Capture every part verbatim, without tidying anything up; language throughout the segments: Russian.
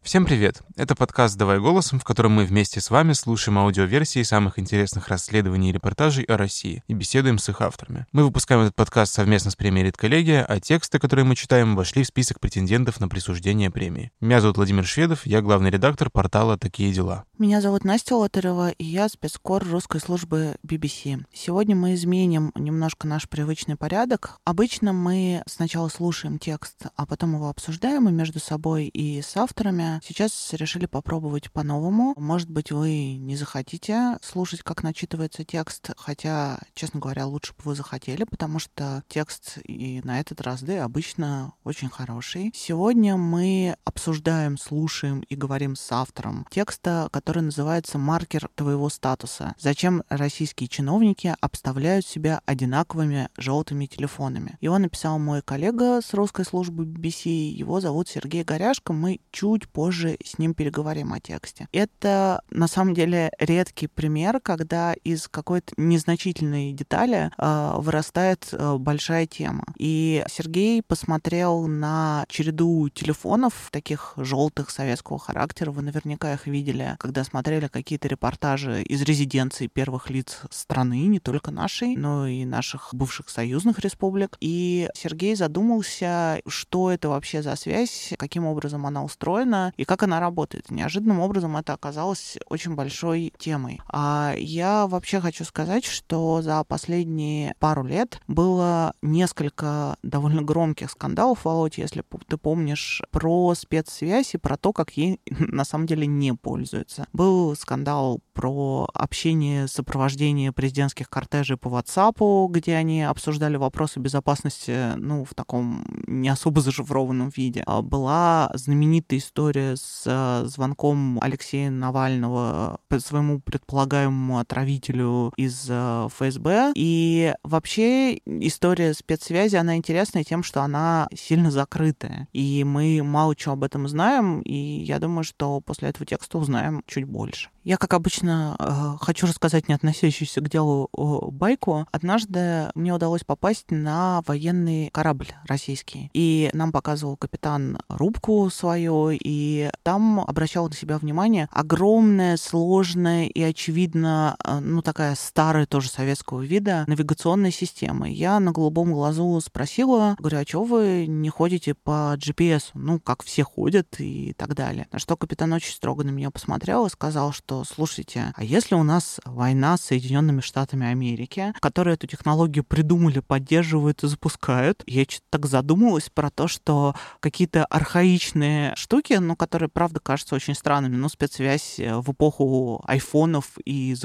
Всем привет! Это подкаст «Давай голосом», в котором мы вместе с вами слушаем аудиоверсии самых интересных расследований и репортажей о России и беседуем с их авторами. Мы выпускаем этот подкаст совместно с премией «Редколлегия», а тексты, которые мы читаем, вошли в список претендентов на присуждение премии. Меня зовут Владимир Шведов, я главный редактор портала «Такие дела». Меня зовут Настя Лотарева, и я спецкор русской службы би би си. Сегодня мы изменим немножко наш привычный порядок. Обычно мы сначала слушаем текст, а потом его обсуждаем и между собой, и с авторами. Сейчас решили попробовать по-новому. Может быть, вы не захотите слушать, как начитывается текст, хотя, честно говоря, лучше бы вы захотели, потому что текст и на этот раз, да и обычно очень хороший. Сегодня мы обсуждаем, слушаем и говорим с автором текста, который называется «Маркер твоего статуса. Зачем российские чиновники обставляют себя одинаковыми желтыми телефонами». Его написал мой коллега с русской службы би би си. Его зовут Сергей Горяшко. Мы чуть позже с ним переговорим о тексте. Это, на самом деле, редкий пример, когда из какой-то незначительной детали э, вырастает э, большая тема. И Сергей посмотрел на череду телефонов, таких желтых советского характера. Вы наверняка их видели, когда смотрели какие-то репортажи из резиденций первых лиц страны, не только нашей, но и наших бывших союзных республик. И Сергей задумался, что это вообще за связь, каким образом она устроена и как она работает. Неожиданным образом это оказалось очень большой темой. А я вообще хочу сказать, что за последние пару лет было несколько довольно громких скандалов, Володь, если ты помнишь, про спецсвязь и про то, как ей на самом деле не пользуются. Был скандал про общение, сопровождение президентских кортежей по WhatsApp, где они обсуждали вопросы безопасности, ну, в таком не особо зашифрованном виде. Была знаменитая история с звонком Алексея Навального своему предполагаемому отравителю из эф эс бэ. И вообще история спецсвязи, она интересная тем, что она сильно закрытая. И мы мало чего об этом знаем, и я думаю, что после этого текста узнаем чуть больше. Я, как обычно, хочу рассказать не относящуюся к делу байку. Однажды мне удалось попасть на военный корабль российский. И нам показывал капитан рубку свою, и там обращал на себя внимание огромная, сложная и, очевидно, ну, такая старая тоже советского вида навигационная система. Я на голубом глазу спросила, говорю, а чего вы не ходите по джи пи эс? Ну, как все ходят и так далее. На что капитан очень строго на меня посмотрел и сказал, что, слушайте, а если у нас война с Соединенными Штатами Америки, которые эту технологию придумали, поддерживают и запускают, я что-то так задумалась про то, что какие-то архаичные штуки, ну, которые, правда, кажутся очень странными, ну, спецсвязь в эпоху айфонов и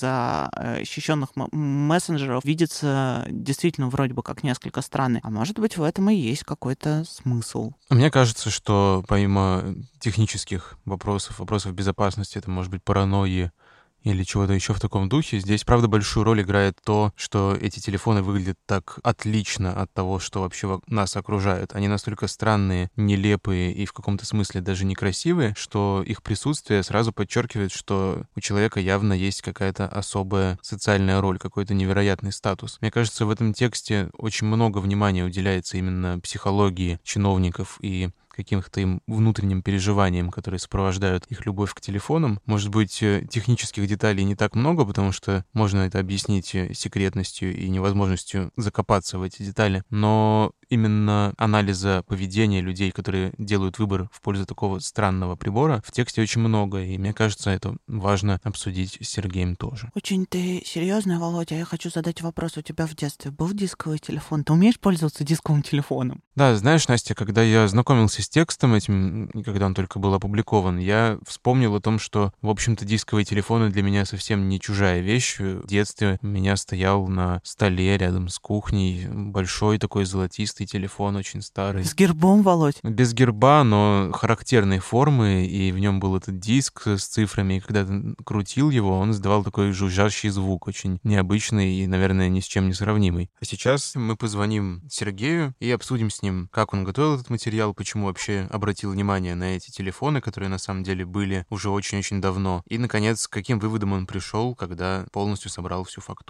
защищенных мессенджеров видится действительно вроде бы как несколько странной. А может быть, в этом и есть какой-то смысл. Мне кажется, что помимо технических вопросов, вопросов безопасности, это может быть паранойи или чего-то еще в таком духе. Здесь, правда, большую роль играет то, что эти телефоны выглядят так отлично от того, что вообще нас окружает. Они настолько странные, нелепые и в каком-то смысле даже некрасивые, что их присутствие сразу подчеркивает, что у человека явно есть какая-то особая социальная роль, какой-то невероятный статус. Мне кажется, в этом тексте очень много внимания уделяется именно психологии чиновников и каким-то им внутренним переживаниям, которые сопровождают их любовь к телефонам. Может быть, технических деталей не так много, потому что можно это объяснить секретностью и невозможностью закопаться в эти детали, но именно анализа поведения людей, которые делают выбор в пользу такого странного прибора, в тексте очень много, и мне кажется, это важно обсудить с Сергеем тоже. Очень ты серьезный, Володя. Я хочу задать вопрос. У тебя в детстве был дисковый телефон? Ты умеешь пользоваться дисковым телефоном? Да, знаешь, Настя, когда я знакомился с текстом этим, когда он только был опубликован, я вспомнил о том, что, в общем-то, дисковые телефоны для меня совсем не чужая вещь. В детстве у меня стоял на столе рядом с кухней большой такой золотистый телефон, очень старый. С гербом, Володь? Без герба, но характерной формы, и в нем был этот диск с цифрами, и когда ты крутил его, он издавал такой жужжащий звук, очень необычный и, наверное, ни с чем не сравнимый. А сейчас мы позвоним Сергею и обсудим с ним, как он готовил этот материал, почему вообще обратил внимание на эти телефоны, которые на самом деле были уже очень-очень давно, и, наконец, к каким выводам он пришел, когда полностью собрал всю фактуру.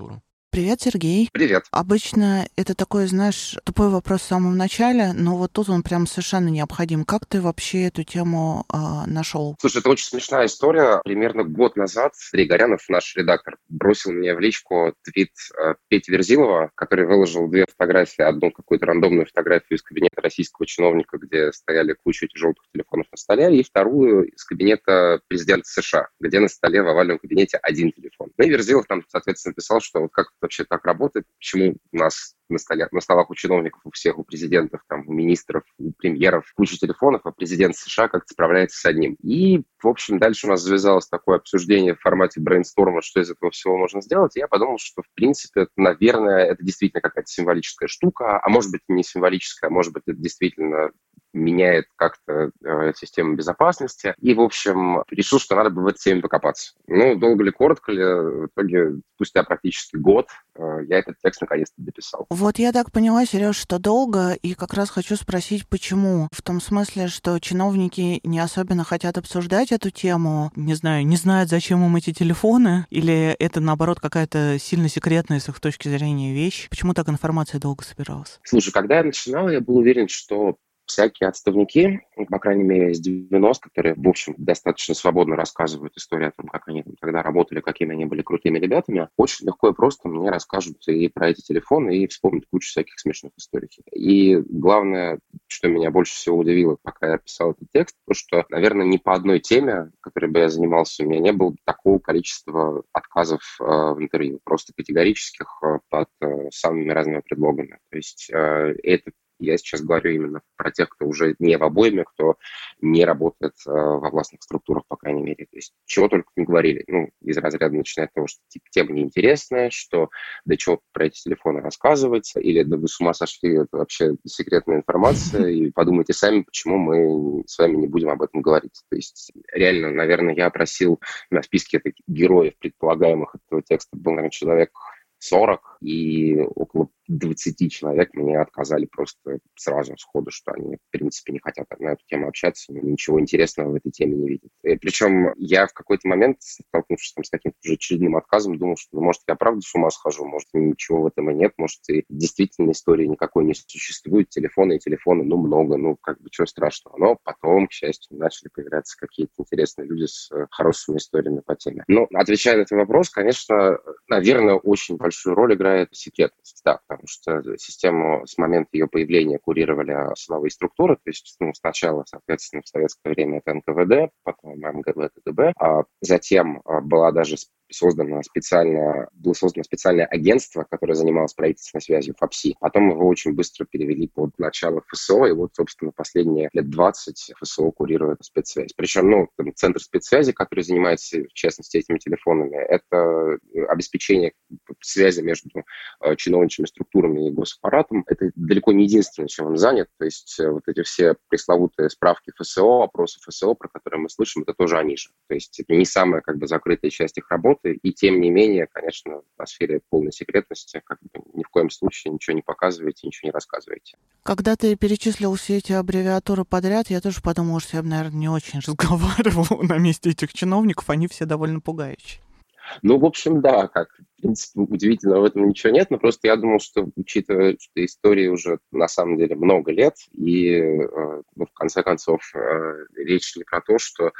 Привет, Сергей. Привет. Обычно это такой, знаешь, тупой вопрос в самом начале, но вот тут он прям совершенно необходим. Как ты вообще эту тему э, нашел? Слушай, это очень смешная история. Примерно год назад Андрей Горянов, наш редактор, бросил мне в личку твит э, Пети Верзилова, который выложил две фотографии. Одну какую-то рандомную фотографию из кабинета российского чиновника, где стояли куча этих желтых телефонов на столе, и вторую из кабинета президента США, где на столе в овальном кабинете один телефон. Ну и Верзилов там, соответственно, писал, что вот как это вообще так работает, почему у нас на, столе, на столах у чиновников, у всех, у президентов, там, у министров, у премьеров куча телефонов, а президент США как-то справляется с одним. И, в общем, дальше у нас завязалось такое обсуждение в формате брейнсторма, что из этого всего можно сделать. И я подумал, что, в принципе, наверное, это действительно какая-то символическая штука, а может быть, не символическая, а может быть, это действительно меняет как-то э, систему безопасности. И, в общем, решил, что надо бы в этой теме покопаться. Ну, долго ли, коротко ли, в итоге, спустя практически год, э, я этот текст наконец-то дописал. Вот я так поняла, Сереж, что долго, и как раз хочу спросить, почему. В том смысле, что чиновники не особенно хотят обсуждать эту тему, не знаю, не знают, зачем им эти телефоны, или это, наоборот, какая-то сильно секретная с их точки зрения вещь. Почему так информация долго собиралась? Слушай, когда я начинал, я был уверен, что всякие отставники, ну, по крайней мере, из девяностых, которые, в общем, достаточно свободно рассказывают историю о том, как они там тогда работали, какими они были крутыми ребятами, очень легко и просто мне расскажут и про эти телефоны, и вспомнят кучу всяких смешных историй. И главное, что меня больше всего удивило, пока я писал этот текст, то, что, наверное, ни по одной теме, которой бы я занимался, у меня не было такого количества отказов э, в интервью, просто категорических, э, под э, самыми разными предлогами. То есть э, это я сейчас говорю именно про тех, кто уже не в обойме, кто не работает э, во властных структурах, по крайней мере. То есть чего только не говорили. Ну, из разряда начиная от того, что типа, тема неинтересная, что да чего про эти телефоны рассказывать, или да вы с ума сошли, это вообще секретная информация, и подумайте сами, почему мы с вами не будем об этом говорить. То есть реально, наверное, я опросил на списке таких героев, предполагаемых этого текста, был, наверное, человек сорок, и около двадцати человек мне отказали просто сразу сходу, что они, в принципе, не хотят на эту тему общаться, ничего интересного в этой теме не видят. И причем я в какой-то момент, столкнувшись там, с каким-то уже очередным отказом, думал, что, ну, может, я правда с ума схожу, может, ничего в этом и нет, может, и действительно истории никакой не существует, телефоны и телефоны, ну, много, ну, как бы, чего страшного. Но потом, к счастью, начали появляться какие-то интересные люди с хорошими историями по теме. Но, отвечая на этот вопрос, конечно, наверное, очень большую роль играет секретность, да, потому что систему с момента ее появления курировали силовые структуры, то есть ну, сначала, соответственно, в советское время это эн ка вэ дэ, потом эм гэ бэ, тэ дэ бэ, а затем была даже создано специальное, было создано специальное агентство, которое занималось правительственной связью, ФАПСИ. Потом его очень быстро перевели под начало эф эс о, и вот, собственно, последние лет двадцать эф эс о курирует спецсвязь. Причем, ну, там, центр спецсвязи, который занимается, в частности, этими телефонами, это обеспечение связи между э, чиновничьими структурами и госаппаратом. Это далеко не единственное, чем он занят. То есть э, вот эти все пресловутые справки эф эс о, опросы эф эс о, про которые мы слышим, это тоже они же. То есть это не самая как бы закрытая часть их работы, и тем не менее, конечно, в атмосфере полной секретности как бы ни в коем случае ничего не показываете, ничего не рассказываете. Когда ты перечислил все эти аббревиатуры подряд, я тоже подумала, что я бы, наверное, не очень разговаривала на месте этих чиновников, они все довольно пугающие. Ну, в общем, да, как, в принципе, удивительного в этом ничего нет, но просто я думал, что, учитывая, что истории уже на самом деле много лет, и, ну, в конце концов, речь не про то, что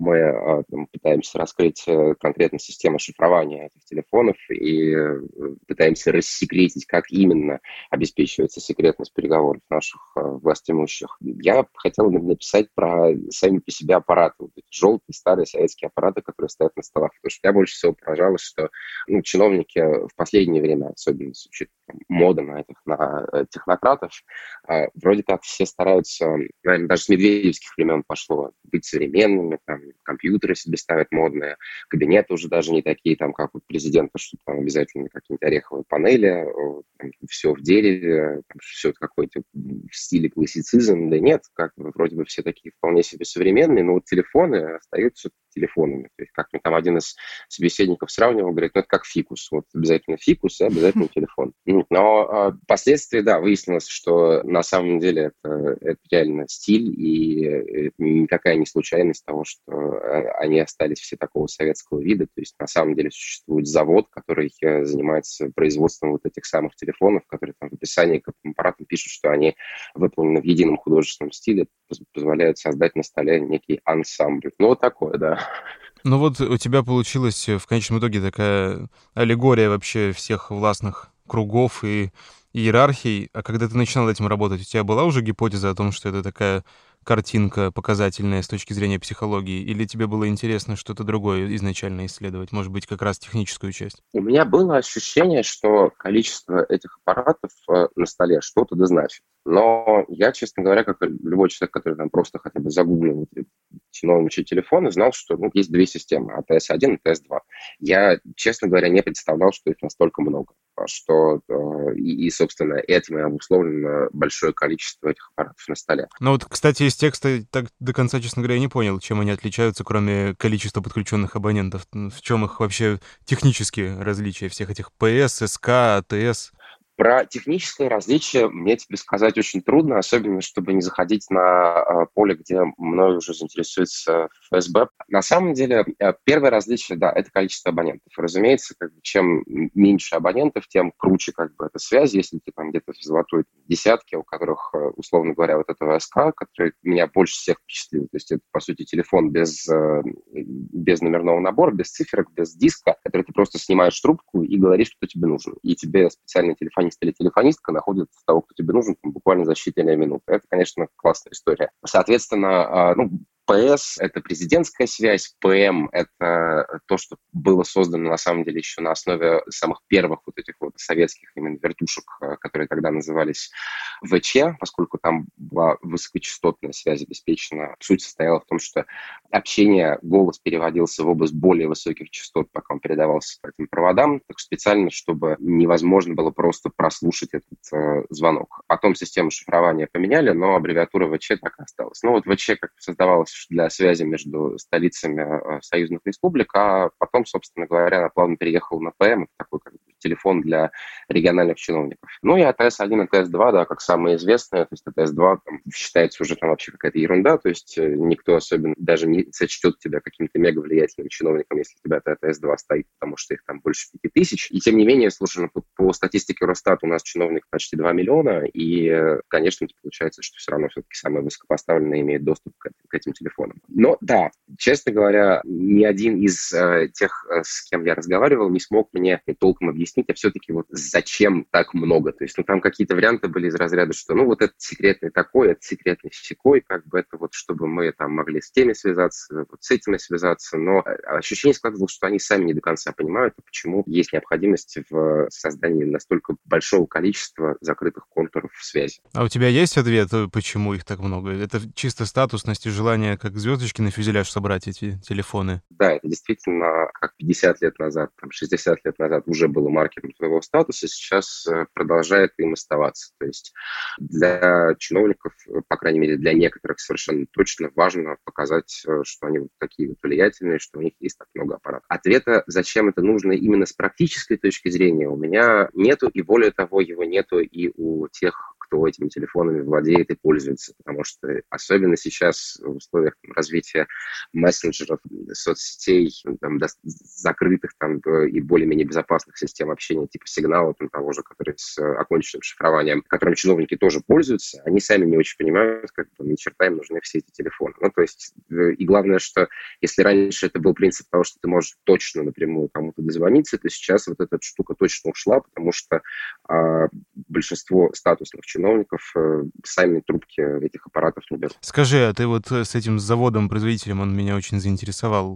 мы там, пытаемся раскрыть конкретно систему шифрования этих телефонов и пытаемся рассекретить, как именно обеспечивается секретность переговоров наших властимущих. Я хотел написать про сами по себе аппараты, вот эти желтые старые советские аппараты, которые стоят на столах, потому что я больше всего поражало, что ну, чиновники в последнее время, особенно с учетом моды на этих на технократов, э, вроде как все стараются, наверное, даже с медведевских времен пошло, быть современными, там, компьютеры себе ставят модные, кабинеты уже даже не такие, там, как у президента, что там обязательно какие-нибудь ореховые панели, там, все в дереве, там, все какой-то в стиле классицизм, да нет, как бы вроде бы все такие вполне себе современные, но вот телефоны остаются телефонами. То есть, как мне там один из собеседников сравнивал, говорит, ну, это как фикус. Вот обязательно фикус и обязательно телефон. Но впоследствии, да, выяснилось, что на самом деле это, это реально стиль, и никакая не случайность того, что они остались все такого советского вида. То есть, на самом деле, существует завод, который занимается производством вот этих самых телефонов, которые там в описании к аппаратам пишут, что они выполнены в едином художественном стиле, позволяют создать на столе некий ансамбль. Ну, вот такое, да. Ну вот у тебя получилась в конечном итоге такая аллегория вообще всех властных кругов и иерархий. А когда ты начинал этим работать, у тебя была уже гипотеза о том, что это такая картинка показательная с точки зрения психологии? Или тебе было интересно что-то другое изначально исследовать? Может быть, как раз техническую часть? У меня было ощущение, что количество этих аппаратов на столе что-то да значит. Но я, честно говоря, как любой человек, который там просто хотя бы загуглил чиновничьи телефоны, знал, что ну, есть две системы, а тэ эс один и тэ эс два. Я, честно говоря, не представлял, что их настолько много. Что, и, и, собственно, этим и обусловлено большое количество этих аппаратов на столе. Ну вот, кстати, из текста так до конца, честно говоря, я не понял, чем они отличаются, кроме количества подключенных абонентов. В чем их вообще технические различия всех этих пэ эс, эс ка, а тэ эс? Про техническое различие мне тебе сказать очень трудно, особенно чтобы не заходить на поле, где мной уже заинтересуется эф эс бэ. На самом деле, первое различие, да, это количество абонентов. Разумеется, как бы, чем меньше абонентов, тем круче как бы эта связь. Если ты там где-то в золотой десятке, у которых, условно говоря, вот этого эс ка, который меня больше всех впечатлил. То есть это, по сути, телефон без, без номерного набора, без циферок, без диска, который ты просто снимаешь трубку и говоришь, что тебе нужно. И тебе специальный телефон или телефонистка находит того, кто тебе нужен, там, буквально за считанные минуты. Это, конечно, классная история. Соответственно, ну, пэ эс — это президентская связь, пэ эм — это то, что было создано, на самом деле, еще на основе самых первых вот этих вот советских именно вертушек, которые тогда назывались вэ че, поскольку там была высокочастотная связь обеспечена. Суть состояла в том, что общение, голос переводился в область более высоких частот, пока он передавался по этим проводам, так специально, чтобы невозможно было просто прослушать этот э, звонок. Потом систему шифрования поменяли, но аббревиатура вэ че так и осталась. Ну вот вэ че как создавалась для связи между столицами э, союзных республик, а потом, собственно говоря, она плавно переехала на пэ эм, это такой как бы телефон для региональных чиновников. Ну и тэ эс один и тэ эс два, да, как самые известные, то есть тэ эс два там, считается уже там вообще какая-то ерунда, то есть э, никто особенно даже не сочтет тебя каким-то мега влиятельным чиновником, если у тебя тэ эс два стоит, потому что их там больше пяти тысяч. И тем не менее, слушай, ну, по, по статистике Росстата у нас чиновников почти два миллиона, и, конечно, получается, что все равно все-таки самые высокопоставленные имеют доступ к, к этим телефонам. Но да, честно говоря, ни один из э, тех, с кем я разговаривал, не смог мне толком объяснить, а все-таки вот зачем так много. То есть, ну, там какие-то варианты были из разряда, что, ну, вот этот секретный такой, этот секретный сякой, как бы это вот, чтобы мы там могли с теми связаться, вот с этими связаться, но ощущение складывалось, что они сами не до конца понимают, почему есть необходимость в создании настолько большого количества закрытых контуров связи. А у тебя есть ответ, почему их так много? Это чисто статусность и желание как звездочки на фюзеляж собрать эти телефоны? Да, это действительно как пятьдесят лет назад, там, шестьдесят лет назад уже было маркером твоего статуса, сейчас продолжает им оставаться. То есть для чиновников, по крайней мере для некоторых совершенно точно важно показать, что они вот такие вот влиятельные, что у них есть так много аппаратов. Ответа, зачем это нужно именно с практической точки зрения, у меня нету, и более того, его нету и у тех, кто этими телефонами владеет и пользуется, потому что особенно сейчас в условиях там, развития мессенджеров, соцсетей, там, закрытых там, и более-менее безопасных систем общения типа сигнала, там, того же, который с оконченным шифрованием, которым чиновники тоже пользуются, они сами не очень понимают, как бы, ни черта им нужны все эти телефоны. Ну, то есть, и главное, что если раньше это был принцип того, что ты можешь точно напрямую кому-то дозвониться, то сейчас вот эта штука точно ушла, потому что а, большинство статусных чиновников э, сами трубки этих аппаратов не берут. Скажи, а ты вот с этим заводом-производителем, он меня очень заинтересовал.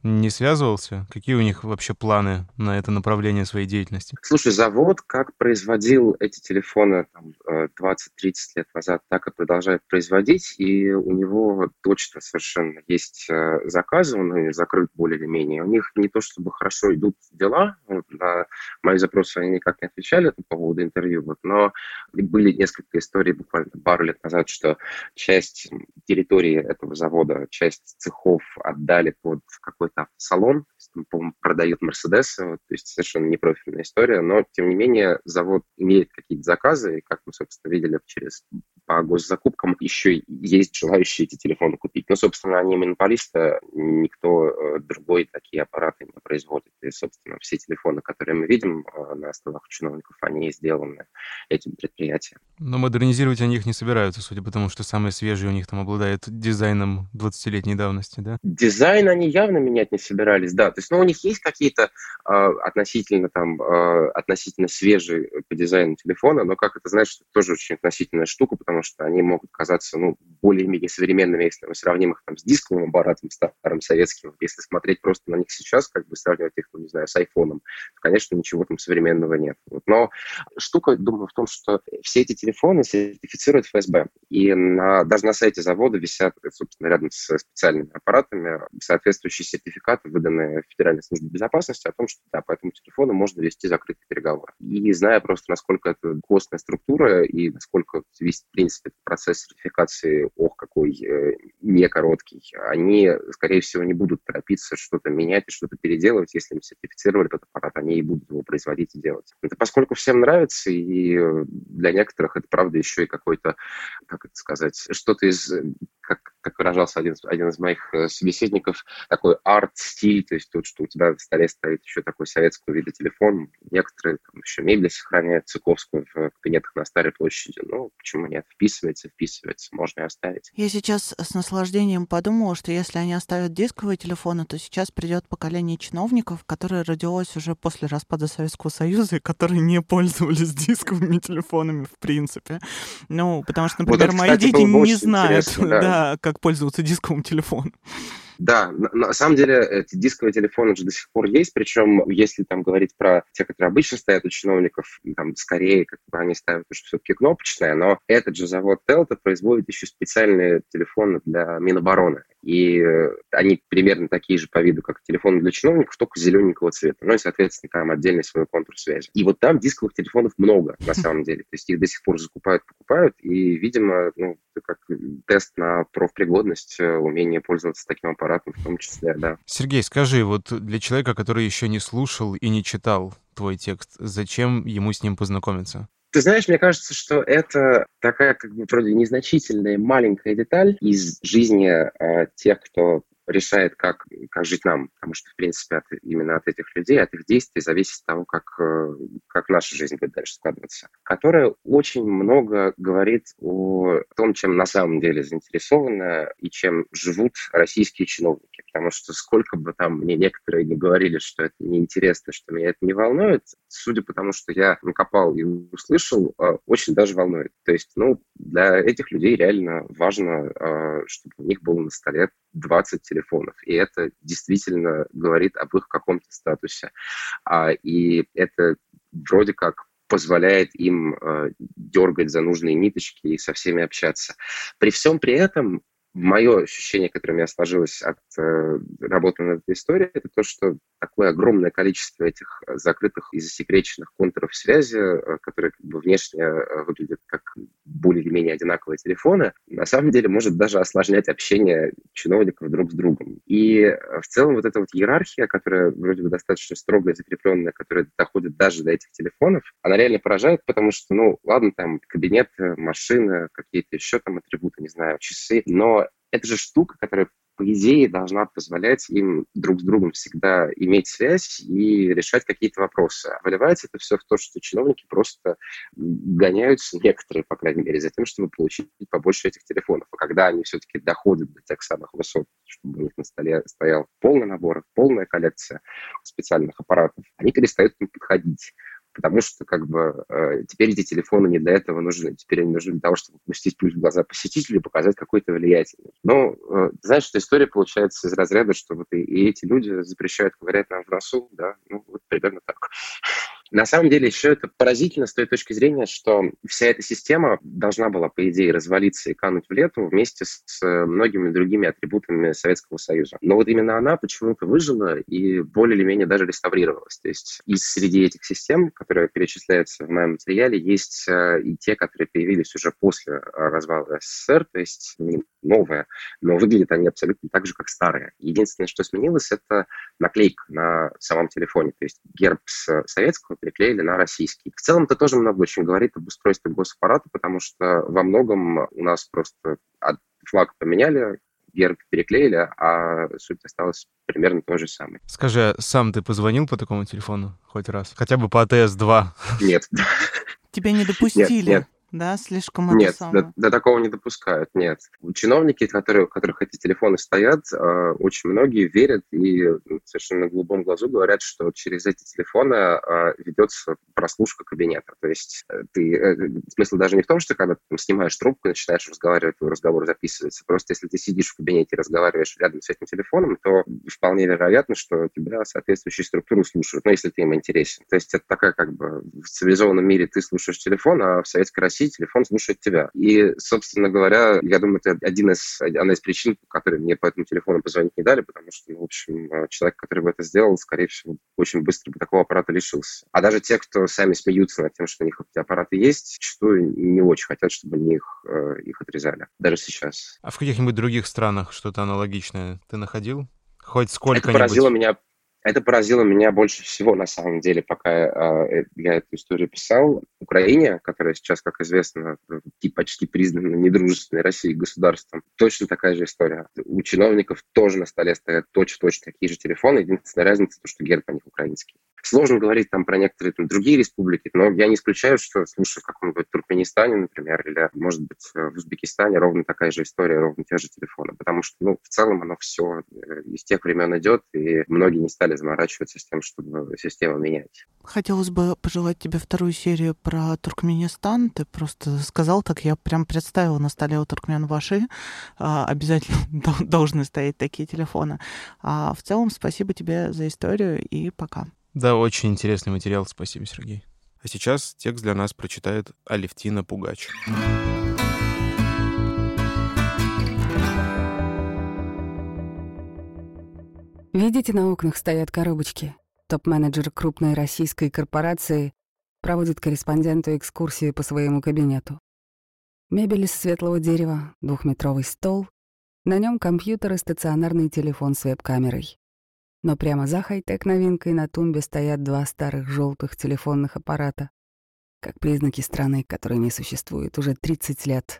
не связывался? Какие у них вообще планы на это направление своей деятельности? Слушай, завод как производил эти телефоны там, э, двадцать-тридцать лет назад, так и продолжает производить, и у него точно совершенно есть э, заказы, он и закрыт более или менее. У них не то чтобы хорошо идут дела, вот, на мои запросы они никак не отвечали по поводу интервью, вот, но были несколько историй буквально пару лет назад, что часть территории этого завода, часть цехов отдали под какой-то автосалон, то есть, там, по-моему, продают Мерседесы, вот, то есть совершенно непрофильная история, но, тем не менее, завод имеет какие-то заказы, и, как мы, собственно, видели через по госзакупкам, еще есть желающие эти телефоны купить. Но, собственно, они монополисты, никто э, другой такие аппараты не производит. И, собственно, все телефоны, которые мы видим э, на столах у чиновников, они сделаны этим предприятием. Но модернизировать они их не собираются, судя по тому, что самые свежие у них там обладают дизайном двадцатилетней давности, да? Дизайн они явно менять не собирались, да. То есть, ну, у них есть какие-то э, относительно там э, относительно свежие по дизайну телефона, но, как это знаешь, это тоже очень относительная штука, потому что они могут казаться, ну, более-менее современными, если мы сравним их там с дисковым аппаратом, старым советским. Если смотреть просто на них сейчас, как бы сравнивать их, ну, не знаю, с айфоном, то, конечно, ничего там современного нет. Вот. Но штука, думаю, в том, что все эти телефоны сертифицируют эф эс бэ, и на, даже на сайте завода висят, собственно, рядом с специальными аппаратами соответствующие сертификаты, выданные Федеральной службой безопасности, о том, что да, по этому телефону можно вести закрытый переговор. И зная просто, насколько это костная структура и насколько весь, в принципе, процесс сертификации, ох, какой э, не короткий, они, скорее всего, не будут торопиться что-то менять и что-то переделывать. Если им сертифицировали этот аппарат, они и будут его производить и делать. Это поскольку всем нравится, и для некоторых это, правда, еще и какой-то, как это сказать, что-то из, как, как выражался один, один из моих собеседников, такой арт-стиль, то есть тут, что у тебя в столе стоит еще такой советского вида телефон, некоторые там еще мебель сохраняют цыковскую в кабинетах на Старой площади. Ну, почему нет? Вписывается, вписывается, можно и оставить. Я сейчас с наслаждением подумала, что если они оставят дисковые телефоны, то сейчас придет поколение чиновников, которое родилось уже после распада Советского Союза и которые не пользовались дисковыми телефонами в принципе. Ну, потому что, например, вот это, мои кстати, дети не знают, да. да, как пользоваться дисковым телефоном. Да, на, на самом деле эти дисковые телефоны уже до сих пор есть, причем если там говорить про те, которые обычно стоят у чиновников, там скорее как бы они ставят уже все-таки кнопочное, но этот же завод Телта производит еще специальные телефоны для Минобороны. И они примерно такие же по виду, как телефоны для чиновников, только зелененького цвета. Ну и, соответственно, там отдельный свой контур связи. И вот там дисковых телефонов много, на самом деле. То есть их до сих пор закупают, покупают. И, видимо, ну, это как тест на профпригодность, умение пользоваться таким аппаратом в том числе, да. Сергей, скажи, вот для человека, который еще не слушал и не читал твой текст, зачем ему с ним познакомиться? Ты знаешь, мне кажется, что это такая как бы вроде незначительная маленькая деталь из жизни э, тех, кто решает, как, как жить нам. Потому что, в принципе, от, именно от этих людей, от их действий зависит того, как, как наша жизнь будет дальше складываться. Которая очень много говорит о том, чем на самом деле заинтересованы и чем живут российские чиновники. Потому что сколько бы там мне некоторые не говорили, что это неинтересно, что меня это не волнует, судя по тому, что я накопал и услышал, очень даже волнует. То есть, ну, для этих людей реально важно, чтобы у них было на столе двадцать телефонов. И это действительно говорит об их каком-то статусе. А, и это вроде как позволяет им э, дергать за нужные ниточки и со всеми общаться. При всем при этом мое ощущение, которое у меня сложилось от э, работы над этой историей, это то, что такое огромное количество этих закрытых и засекреченных контуров связи, э, которые как бы внешне э, выглядят как более или менее одинаковые телефоны, на самом деле может даже осложнять общение чиновников друг с другом. И э, в целом вот эта вот иерархия, которая вроде бы достаточно строгая, закрепленная, которая доходит даже до этих телефонов, она реально поражает, потому что, ну, ладно, там кабинет, машины, какие-то еще там атрибуты, не знаю, часы, но это же штука, которая, по идее, должна позволять им друг с другом всегда иметь связь и решать какие-то вопросы. А выливается это все в то, что чиновники просто гоняются, некоторые, по крайней мере, за тем, чтобы получить побольше этих телефонов. А когда они все-таки доходят до тех самых высот, чтобы у них на столе стоял полный набор, полная коллекция специальных аппаратов, они перестают к ним подходить. Потому что как бы э, теперь эти телефоны не для этого нужны. Теперь они нужны для того, чтобы пустить путь в глаза посетителю и показать какой-то влиятельность. Но э, знаешь, что история получается из разряда, что вот и, и эти люди запрещают ковырять нам в носу, да, ну вот примерно так. На самом деле еще это поразительно с той точки зрения, что вся эта система должна была, по идее, развалиться и кануть в лету вместе с многими другими атрибутами Советского Союза. Но вот именно она почему-то выжила и более или менее даже реставрировалась. То есть из среди этих систем, которые перечисляются в моем материале, есть и те, которые появились уже после развала СССР, то есть новые, но выглядят они абсолютно так же, как старые. Единственное, что сменилось, это наклейка на самом телефоне. То есть герб с советского переклеили на российский. В целом это тоже много очень говорит об устройстве госаппарата, потому что во многом у нас просто флаг поменяли, герб переклеили, а суть осталась примерно той же самой. Скажи, а сам ты позвонил по такому телефону хоть раз? Хотя бы по А Т С два? Нет. Тебя не допустили? Нет, нет. Да, слишком это Нет, самое. до, до такого не допускают, нет. Чиновники, которые, у которых эти телефоны стоят, э, очень многие верят и совершенно на голубом глазу говорят, что через эти телефоны э, ведется прослушка кабинета. То есть э, ты, э, смысл даже не в том, что когда ты там, снимаешь трубку и начинаешь разговаривать, твой разговор записывается. Просто если ты сидишь в кабинете и разговариваешь рядом с этим телефоном, то вполне вероятно, что тебя соответствующие структуры слушают, ну, если ты им интересен. То есть это такая как бы в цивилизованном мире ты слушаешь телефон, а в Советской России телефон слушает тебя. И, собственно говоря, я думаю, это один из, одна из причин, по которой мне по этому телефону позвонить не дали, потому что, ну, в общем, человек, который бы это сделал, скорее всего, очень быстро бы такого аппарата лишился. А даже те, кто сами смеются над тем, что у них эти аппараты есть, зачастую не очень хотят, чтобы они их, их отрезали. Даже сейчас. А в каких-нибудь других странах что-то аналогичное ты находил? Хоть сколько-нибудь? Это поразило меня... Это поразило меня больше всего, на самом деле, пока э, я эту историю писал. Украине, которая сейчас, как известно, почти признана недружественной Россией государством, точно такая же история. У чиновников тоже на столе стоят точно-точно такие же телефоны. Единственная разница, то, что герб у них украинский. Сложно говорить там про некоторые там, другие республики, но я не исключаю, что, слушай, в каком-нибудь Туркменистане, например, или, может быть, в Узбекистане ровно такая же история, ровно те же телефоны. Потому что, ну, в целом оно все из тех времен идет, и многие не стали заморачиваться с тем, чтобы систему менять. Хотелось бы пожелать тебе вторую серию про Туркменистан. Ты просто сказал так, я прям представила на столе у туркмен-ваши. Обязательно должны стоять такие телефоны. А в целом, спасибо тебе за историю и пока. Да, очень интересный материал, спасибо, Сергей. А сейчас текст для нас прочитает Алевтина Пугач. Видите, на окнах стоят коробочки. Топ-менеджер крупной российской корпорации проводит корреспонденту экскурсию по своему кабинету. Мебель из светлого дерева, двухметровый стол, на нем компьютер и стационарный телефон с веб-камерой. Но прямо за хай-тек новинкой на тумбе стоят два старых желтых телефонных аппарата, как признаки страны, которой не существует уже тридцать лет.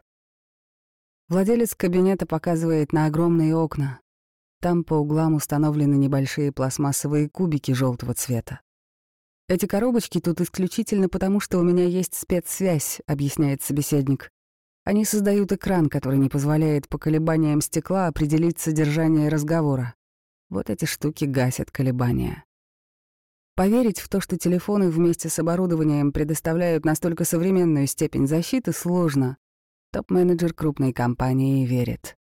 Владелец кабинета показывает на огромные окна. Там по углам установлены небольшие пластмассовые кубики желтого цвета. «Эти коробочки тут исключительно потому, что у меня есть спецсвязь», — объясняет собеседник. «Они создают экран, который не позволяет по колебаниям стекла определить содержание разговора. Вот эти штуки гасят колебания». Поверить в то, что телефоны вместе с оборудованием предоставляют настолько современную степень защиты, сложно. Топ-менеджер крупной компании верит.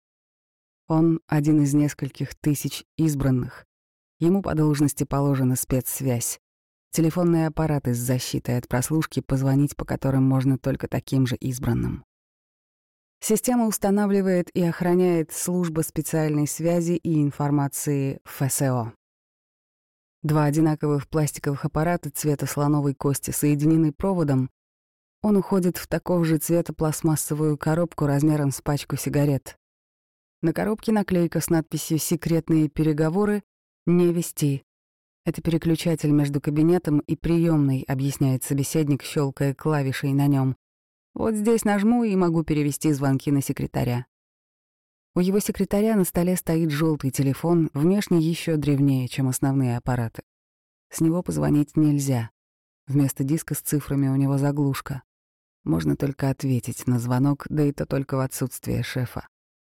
Он один из нескольких тысяч избранных. Ему по должности положена спецсвязь. Телефонные аппараты с защитой от прослушки, позвонить по которым можно только таким же избранным. Система устанавливает и охраняет служба специальной связи и информации эф эс о. Два одинаковых пластиковых аппарата цвета слоновой кости соединены проводом. Он уходит в такого же цвета пластмассовую коробку размером с пачку сигарет. На коробке наклейка с надписью «Секретные переговоры. Не вести». Это переключатель между кабинетом и приемной, объясняет собеседник, щелкая клавишей на нем. Вот здесь нажму и могу перевести звонки на секретаря. У его секретаря на столе стоит желтый телефон, внешне еще древнее, чем основные аппараты. С него позвонить нельзя. Вместо диска с цифрами у него заглушка. Можно только ответить на звонок, да и то только в отсутствие шефа.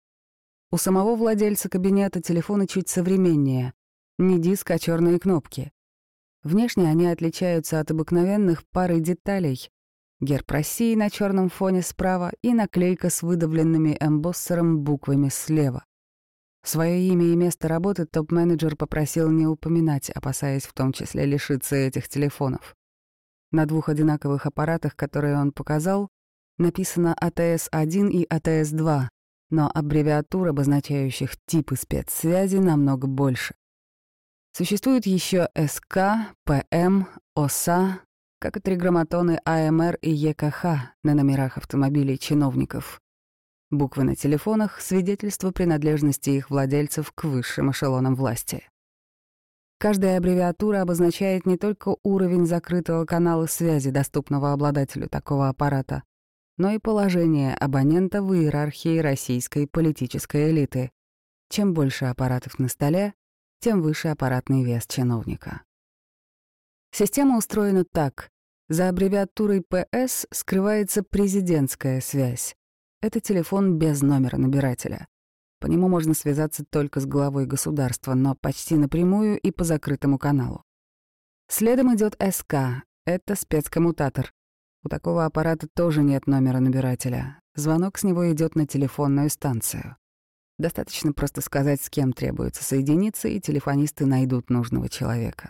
У самого владельца кабинета телефоны чуть современнее. Не диск, а черные кнопки. Внешне они отличаются от обыкновенных парой деталей: герб России на черном фоне справа и наклейка с выдавленными эмбоссером буквами слева. Свое имя и место работы топ-менеджер попросил не упоминать, опасаясь в том числе лишиться этих телефонов. На двух одинаковых аппаратах, которые он показал, написано А Т С один и А Т С два, но аббревиатур, обозначающих типы спецсвязи, намного больше. Существуют еще С К, П М, О С А, как и триграмматоны А М Р и Е К Х на номерах автомобилей чиновников. Буквы на телефонах — свидетельство принадлежности их владельцев к высшим эшелонам власти. Каждая аббревиатура обозначает не только уровень закрытого канала связи, доступного обладателю такого аппарата, но и положение абонента в иерархии российской политической элиты. Чем больше аппаратов на столе, тем выше аппаратный вес чиновника. Система устроена так. За аббревиатурой П С скрывается президентская связь. Это телефон без номера набирателя. По нему можно связаться только с главой государства, но почти напрямую и по закрытому каналу. Следом идет С К. Это спецкоммутатор. У такого аппарата тоже нет номера набирателя. Звонок с него идет на телефонную станцию. Достаточно просто сказать, с кем требуется соединиться, и телефонисты найдут нужного человека.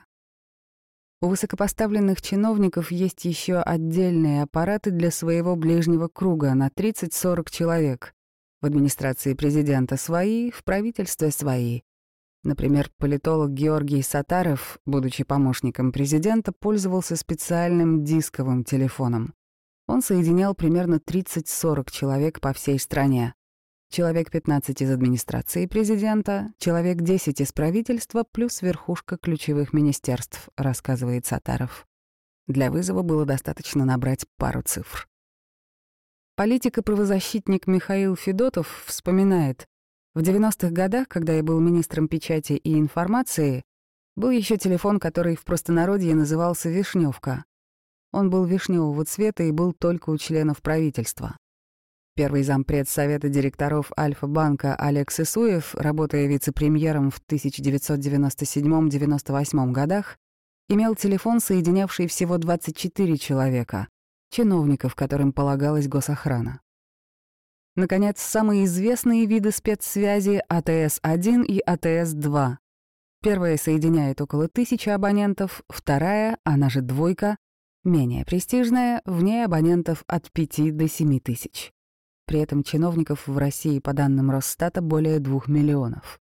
У высокопоставленных чиновников есть еще отдельные аппараты для своего ближнего круга на тридцать-сорок человек. В администрации президента свои, в правительстве свои. Например, политолог Георгий Саттаров, будучи помощником президента, пользовался специальным дисковым телефоном. Он соединял примерно тридцать-сорок человек по всей стране. Человек пятнадцать из администрации президента, человек десять из правительства, плюс верхушка ключевых министерств, рассказывает Саттаров. Для вызова было достаточно набрать пару цифр. Политик и правозащитник Михаил Федотов вспоминает: в девяностых годах, когда я был министром печати и информации, был еще телефон, который в простонародье назывался «Вишневка». Он был вишневого цвета и был только у членов правительства. Первый зампред совета директоров Альфа-банка Олег Сысуев, работая вице-премьером в тысяча девятьсот девяносто седьмом — девяносто восьмом годах, имел телефон, соединявший всего двадцать четыре человека, чиновников, которым полагалась госохрана. Наконец, самые известные виды спецсвязи — А Т С один и А Т С два. Первая соединяет около тысячи абонентов, вторая, она же двойка, менее престижная, в ней абонентов от пяти до семи тысяч. При этом чиновников в России, по данным Росстата, более двух миллионов.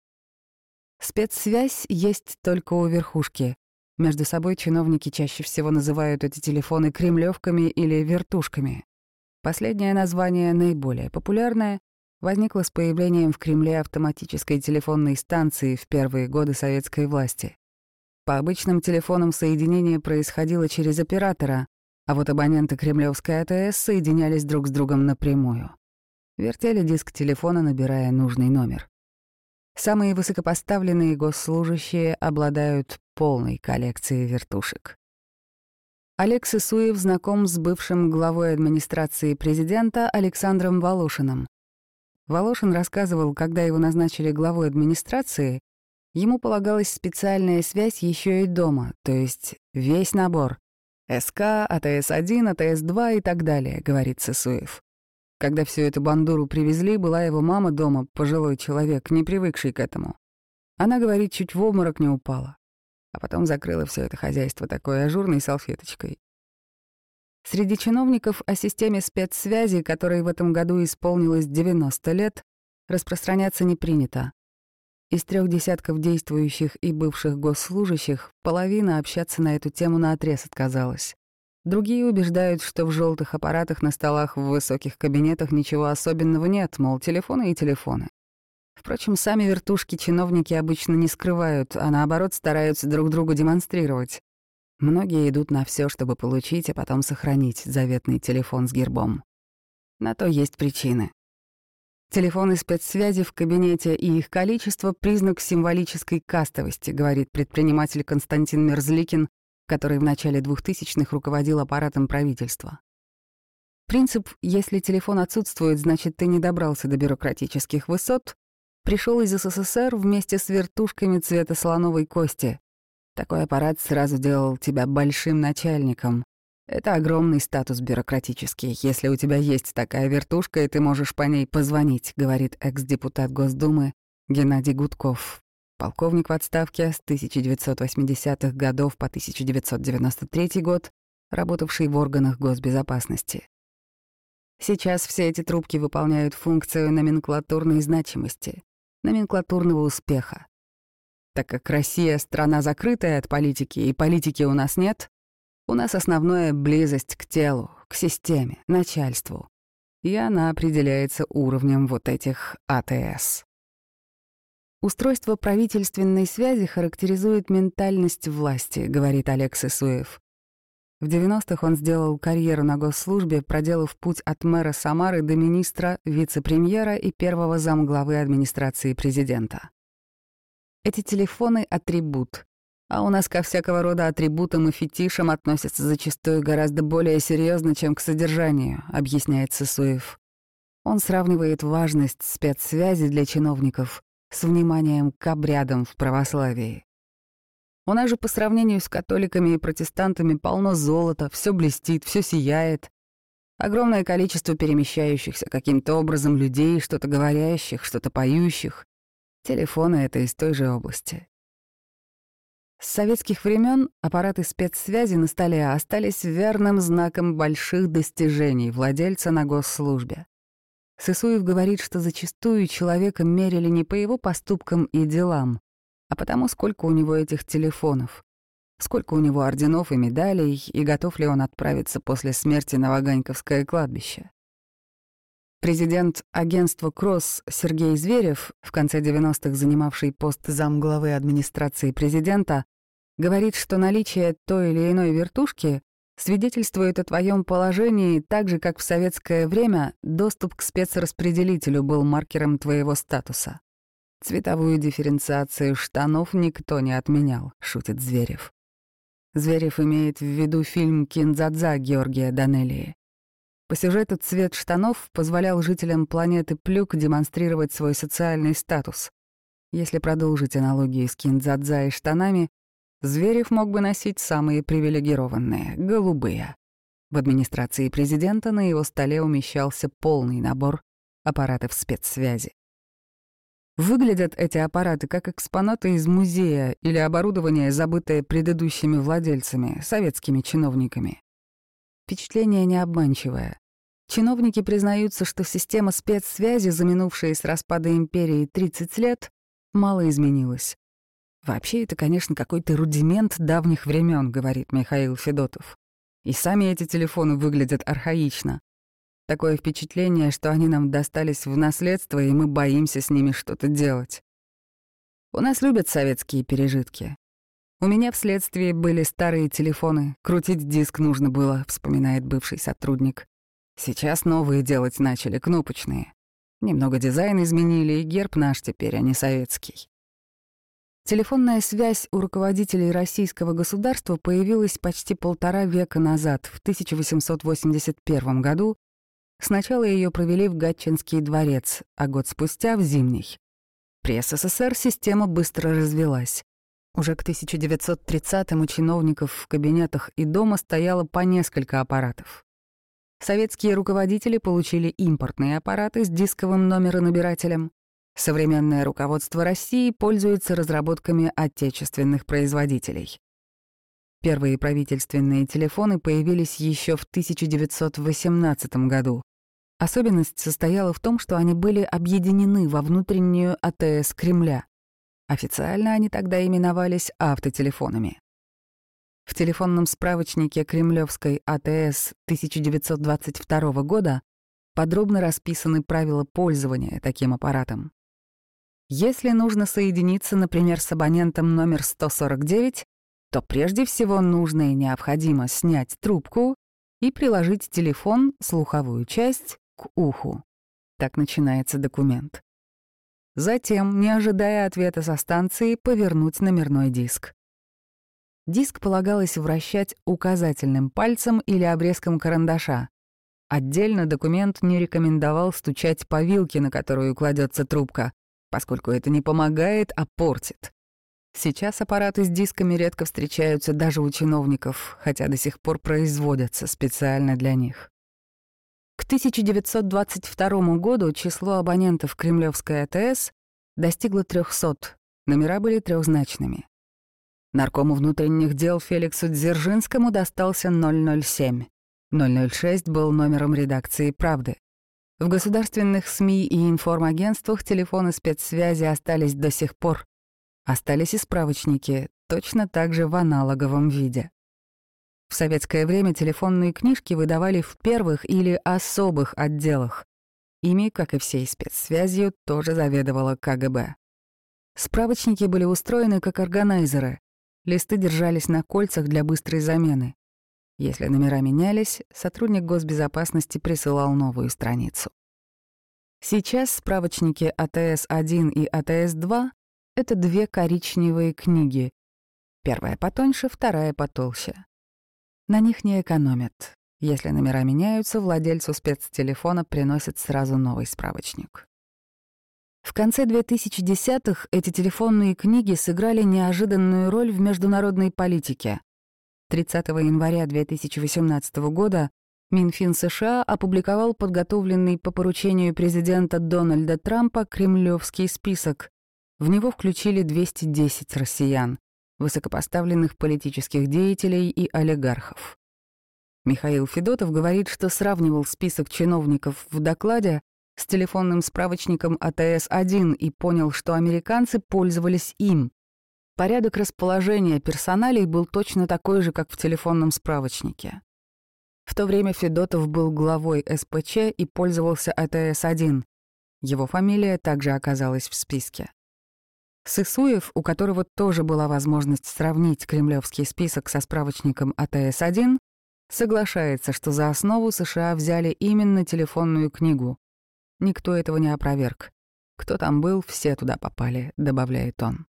Спецсвязь есть только у верхушки. Между собой чиновники чаще всего называют эти телефоны кремлевками или вертушками. Последнее название, наиболее популярное, возникло с появлением в Кремле автоматической телефонной станции в первые годы советской власти. По обычным телефонам соединение происходило через оператора, а вот абоненты кремлевской А Т С соединялись друг с другом напрямую. Вертели диск телефона, набирая нужный номер. Самые высокопоставленные госслужащие обладают полной коллекцией вертушек. Олег Сысуев знаком с бывшим главой администрации президента Александром Волошиным. Волошин рассказывал, когда его назначили главой администрации, ему полагалась специальная связь еще и дома, то есть весь набор. С К, А Т С один, А Т С два и так далее, говорит Сысуев. Когда всю эту бандуру привезли, была его мама дома, пожилой человек, не привыкший к этому. Она, говорит, чуть в обморок не упала. А потом закрыла все это хозяйство такой ажурной салфеточкой. Среди чиновников о системе спецсвязи, которой в этом году исполнилось девяносто лет, распространяться не принято. Из трех десятков действующих и бывших госслужащих половина общаться на эту тему наотрез отказалась. Другие убеждают, что в желтых аппаратах на столах в высоких кабинетах ничего особенного нет, мол, телефоны и телефоны. Впрочем, сами вертушки чиновники обычно не скрывают, а наоборот стараются друг другу демонстрировать. Многие идут на все, чтобы получить, а потом сохранить заветный телефон с гербом. На то есть причины. Телефоны спецсвязи в кабинете и их количество — признак символической кастовости, говорит предприниматель Константин Мерзликин, который в начале двухтысячных руководил аппаратом правительства. Принцип «если телефон отсутствует, значит, ты не добрался до бюрократических высот» пришел из С С С Р вместе с вертушками цвета слоновой кости. Такой аппарат сразу делал тебя большим начальником. Это огромный статус бюрократический. Если у тебя есть такая вертушка, и ты можешь по ней позвонить, говорит экс-депутат Госдумы Геннадий Гудков, полковник в отставке с тысяча девятьсот восьмидесятых годов по тысяча девятьсот девяносто третий год, работавший в органах госбезопасности. Сейчас все эти трубки выполняют функцию номенклатурной значимости, номенклатурного успеха. Так как Россия — страна закрытая от политики, и политики у нас нет, у нас основное — близость к телу, к системе, начальству. И она определяется уровнем вот этих А Т С. Устройство правительственной связи характеризует ментальность власти, говорит Олег Сысоев. В девяностых он сделал карьеру на госслужбе, проделав путь от мэра Самары до министра, вице-премьера и первого замглавы администрации президента. Эти телефоны — атрибут, а у нас ко всякого рода атрибутам и фетишам относятся зачастую гораздо более серьезно, чем к содержанию, объясняет Сысоев. Он сравнивает важность спецсвязи для чиновников с вниманием к обрядам в православии. У нас же по сравнению с католиками и протестантами полно золота, все блестит, все сияет. Огромное количество перемещающихся каким-то образом людей, что-то говорящих, что-то поющих. Телефоны — это из той же области. С советских времен аппараты спецсвязи на столе остались верным знаком больших достижений владельца на госслужбе. Сысоев говорит, что зачастую человека мерили не по его поступкам и делам, а потому, сколько у него этих телефонов, сколько у него орденов и медалей, и готов ли он отправиться после смерти на Ваганьковское кладбище. Президент агентства «Кросс» Сергей Зверев, в конце девяностых занимавший пост замглавы администрации президента, говорит, что наличие той или иной вертушки свидетельствует о твоем положении так же, как в советское время доступ к спецраспределителю был маркером твоего статуса. Цветовую дифференциацию штанов никто не отменял, шутит Зверев. Зверев имеет в виду фильм «Киндзадза» Георгия Данелии. По сюжету цвет штанов позволял жителям планеты Плюк демонстрировать свой социальный статус. Если продолжить аналогию с Киндзадза и штанами, Зверев мог бы носить самые привилегированные — голубые. В администрации президента на его столе умещался полный набор аппаратов спецсвязи. Выглядят эти аппараты как экспонаты из музея или оборудование, забытое предыдущими владельцами, советскими чиновниками. Впечатление необманчивое. Чиновники признаются, что система спецсвязи, за минувшие с распада империи тридцать лет, мало изменилась. Вообще, это, конечно, какой-то рудимент давних времен, говорит Михаил Федотов. И сами эти телефоны выглядят архаично. Такое впечатление, что они нам достались в наследство, и мы боимся с ними что-то делать. У нас любят советские пережитки. У меня вследствие были старые телефоны, крутить диск нужно было, вспоминает бывший сотрудник. Сейчас новые делать начали, кнопочные. Немного дизайн изменили, и герб наш теперь, а не советский. Телефонная связь у руководителей российского государства появилась почти полтора века назад, в тысяча восемьсот восемьдесят первом году. Сначала ее провели в Гатчинский дворец, а год спустя — в Зимний. При С С С Р система быстро развилась. Уже к тысяча девятьсот тридцатым у чиновников в кабинетах и дома стояло по несколько аппаратов. Советские руководители получили импортные аппараты с дисковым номеронабирателем. Современное руководство России пользуется разработками отечественных производителей. Первые правительственные телефоны появились еще в тысяча девятьсот восемнадцатом году. Особенность состояла в том, что они были объединены во внутреннюю А Т С Кремля. Официально они тогда именовались автотелефонами. В телефонном справочнике Кремлевской А Т С тысяча девятьсот двадцать второго года подробно расписаны правила пользования таким аппаратом. Если нужно соединиться, например, с абонентом номер сто сорок девять, то прежде всего нужно и необходимо снять трубку и приложить телефон, слуховую часть, к уху. Так начинается документ. Затем, не ожидая ответа со станции, повернуть номерной диск. Диск полагалось вращать указательным пальцем или обрезком карандаша. Отдельно документ не рекомендовал стучать по вилке, на которую кладется трубка, поскольку это не помогает, а портит. Сейчас аппараты с дисками редко встречаются даже у чиновников, хотя до сих пор производятся специально для них. К тысяча девятьсот двадцать второму году число абонентов кремлевской АТС достигло трёхсот, номера были трехзначными. Наркому внутренних дел Феликсу Дзержинскому достался ноль ноль семь. ноль ноль шесть был номером редакции «Правды». В государственных СМИ и информагентствах телефоны спецсвязи остались до сих пор. Остались и справочники, точно так же в аналоговом виде. В советское время телефонные книжки выдавали в первых или особых отделах. Ими, как и всей спецсвязью, тоже заведовала ка гэ бэ. Справочники были устроены как органайзеры. Листы держались на кольцах для быстрой замены. Если номера менялись, сотрудник госбезопасности присылал новую страницу. Сейчас справочники а тэ эс один и а тэ эс два — это две коричневые книги. Первая потоньше, вторая потолще. На них не экономят. Если номера меняются, владельцу спецтелефона приносят сразу новый справочник. В конце две тысячи десятых эти телефонные книги сыграли неожиданную роль в международной политике. тридцатого января две тысячи восемнадцатого года Минфин США опубликовал подготовленный по поручению президента Дональда Трампа кремлевский список. В него включили двести десять россиян, высокопоставленных политических деятелей и олигархов. Михаил Федотов говорит, что сравнивал список чиновников в докладе с телефонным справочником а тэ эс один и понял, что американцы пользовались им. Порядок расположения персоналей был точно такой же, как в телефонном справочнике. В то время Федотов был главой эс пэ че и пользовался а тэ эс один. Его фамилия также оказалась в списке. Сысуев, у которого тоже была возможность сравнить кремлевский список со справочником а тэ эс один, соглашается, что за основу США взяли именно телефонную книгу. Никто этого не опроверг. Кто там был, все туда попали, добавляет он.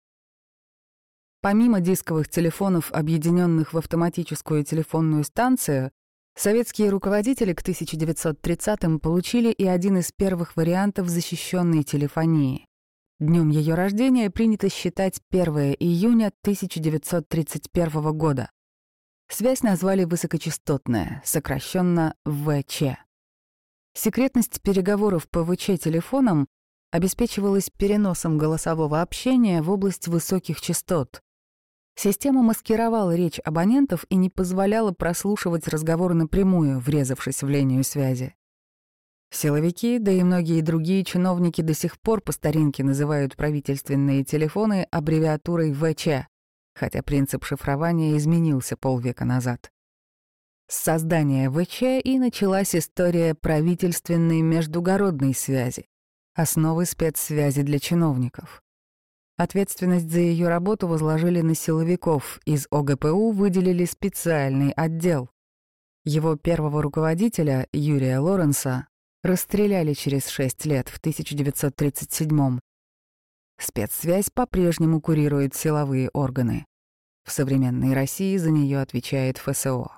Помимо дисковых телефонов, объединенных в автоматическую телефонную станцию, советские руководители к тысяча девятьсот тридцатым получили и один из первых вариантов защищенной телефонии. Днем ее рождения принято считать первое июня тысяча девятьсот тридцать первого года. Связь назвали высокочастотная, сокращенно вэ че. Секретность переговоров по вэ че телефонам обеспечивалась переносом голосового общения в область высоких частот. Система маскировала речь абонентов и не позволяла прослушивать разговор напрямую, врезавшись в линию связи. Силовики, да и многие другие чиновники до сих пор по старинке называют правительственные телефоны аббревиатурой вэ че, хотя принцип шифрования изменился полвека назад. С создания вэ че и началась история правительственной междугородной связи, основы спецсвязи для чиновников. Ответственность за ее работу возложили на силовиков, из о гэ пэ у выделили специальный отдел. Его первого руководителя, Юрия Лоренса, расстреляли через шесть лет в тысяча девятьсот тридцать седьмом. Спецсвязь по-прежнему курирует силовые органы. В современной России за нее отвечает эф эс о.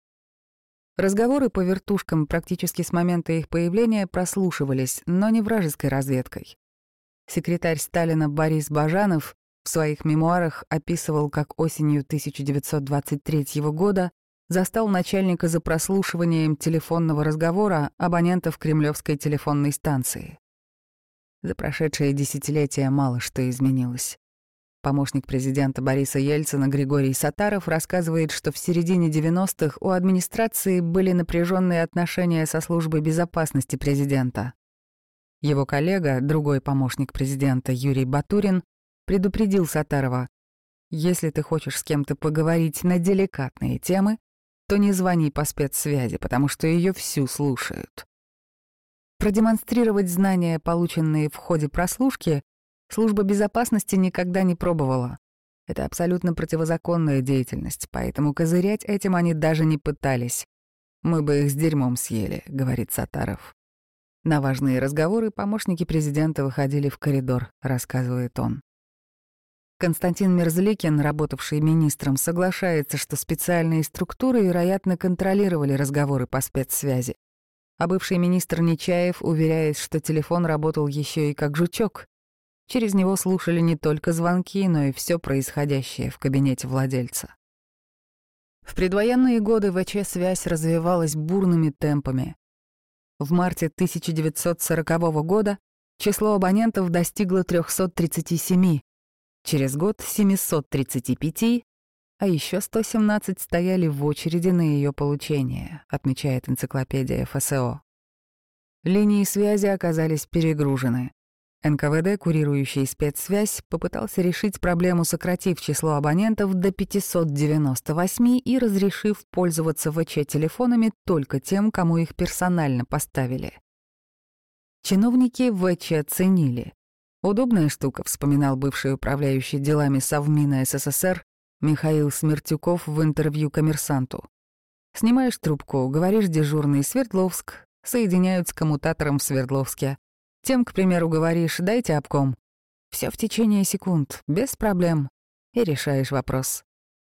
Разговоры по вертушкам практически с момента их появления прослушивались, но не вражеской разведкой. Секретарь Сталина Борис Бажанов в своих мемуарах описывал, как осенью тысяча девятьсот двадцать третьего года застал начальника за прослушиванием телефонного разговора абонентов кремлевской телефонной станции. За прошедшие десятилетия мало что изменилось. Помощник президента Бориса Ельцина Григорий Сатаров рассказывает, что в середине девяностых у администрации были напряженные отношения со службой безопасности президента. Его коллега, другой помощник президента Юрий Батурин, предупредил Сатарова: «Если ты хочешь с кем-то поговорить на деликатные темы, то не звони по спецсвязи, потому что ее всю слушают». Продемонстрировать знания, полученные в ходе прослушки, служба безопасности никогда не пробовала. Это абсолютно противозаконная деятельность, поэтому козырять этим они даже не пытались. «Мы бы их с дерьмом съели», — говорит Сатаров. На важные разговоры помощники президента выходили в коридор, рассказывает он. Константин Мерзликин, работавший министром, соглашается, что специальные структуры, вероятно, контролировали разговоры по спецсвязи. А бывший министр Нечаев уверяет, что телефон работал еще и как жучок. Через него слушали не только звонки, но и все происходящее в кабинете владельца. В предвоенные годы ВЧ-связь развивалась бурными темпами. В марте тысяча девятьсот сорокового года число абонентов достигло трёхсот тридцати семи, через год — семисот тридцати пяти, а еще сто семнадцать стояли в очереди на ее получение, отмечает энциклопедия эф эс о. Линии связи оказались перегружены. эн ка вэ дэ, курирующий спецсвязь, попытался решить проблему, сократив число абонентов до пятисот девяноста восьми и разрешив пользоваться ВЧ-телефонами только тем, кому их персонально поставили. Чиновники ВЧ ценили. Удобная штука, вспоминал бывший управляющий делами Совмина эс эс эс эр Михаил Смертюков в интервью «Коммерсанту». Снимаешь трубку, говоришь дежурный Свердловск, соединяют с коммутатором в Свердловске. Тем, к примеру, говоришь «дайте обком». Все в течение секунд, без проблем, и решаешь вопрос.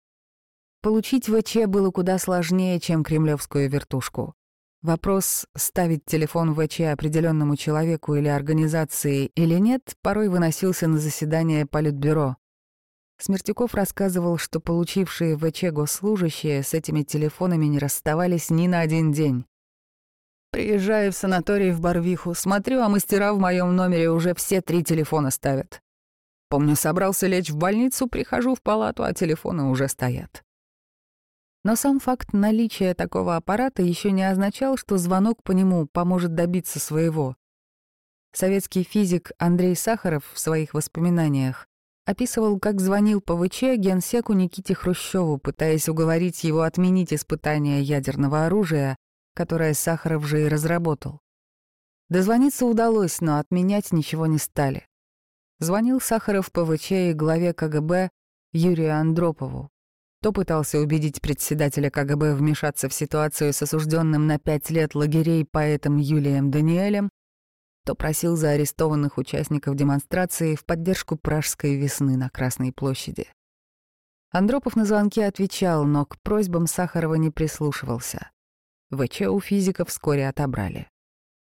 Получить ВЧ было куда сложнее, чем кремлевскую вертушку. Вопрос, ставить телефон ВЧ определенному человеку или организации или нет, порой выносился на заседание Политбюро. Смертюков рассказывал, что получившие ВЧ госслужащие с этими телефонами не расставались ни на один день. Приезжаю в санаторий в Барвиху, смотрю, а мастера в моем номере уже все три телефона ставят. Помню, собрался лечь в больницу, прихожу в палату, а телефоны уже стоят. Но сам факт наличия такого аппарата еще не означал, что звонок по нему поможет добиться своего. Советский физик Андрей Сахаров в своих воспоминаниях описывал, как звонил по ВЧ генсеку Никите Хрущеву, пытаясь уговорить его отменить испытания ядерного оружия, которое Сахаров же и разработал. Дозвониться удалось, но отменять ничего не стали. Звонил Сахаров по ВЧ и главе ка гэ бэ Юрию Андропову. То пытался убедить председателя ка гэ бэ вмешаться в ситуацию с осужденным на пять лет лагерей поэтом Юлием Даниэлем, то просил за арестованных участников демонстрации в поддержку Пражской весны на Красной площади. Андропов на звонки отвечал, но к просьбам Сахарова не прислушивался. ВЧ у физика вскоре отобрали.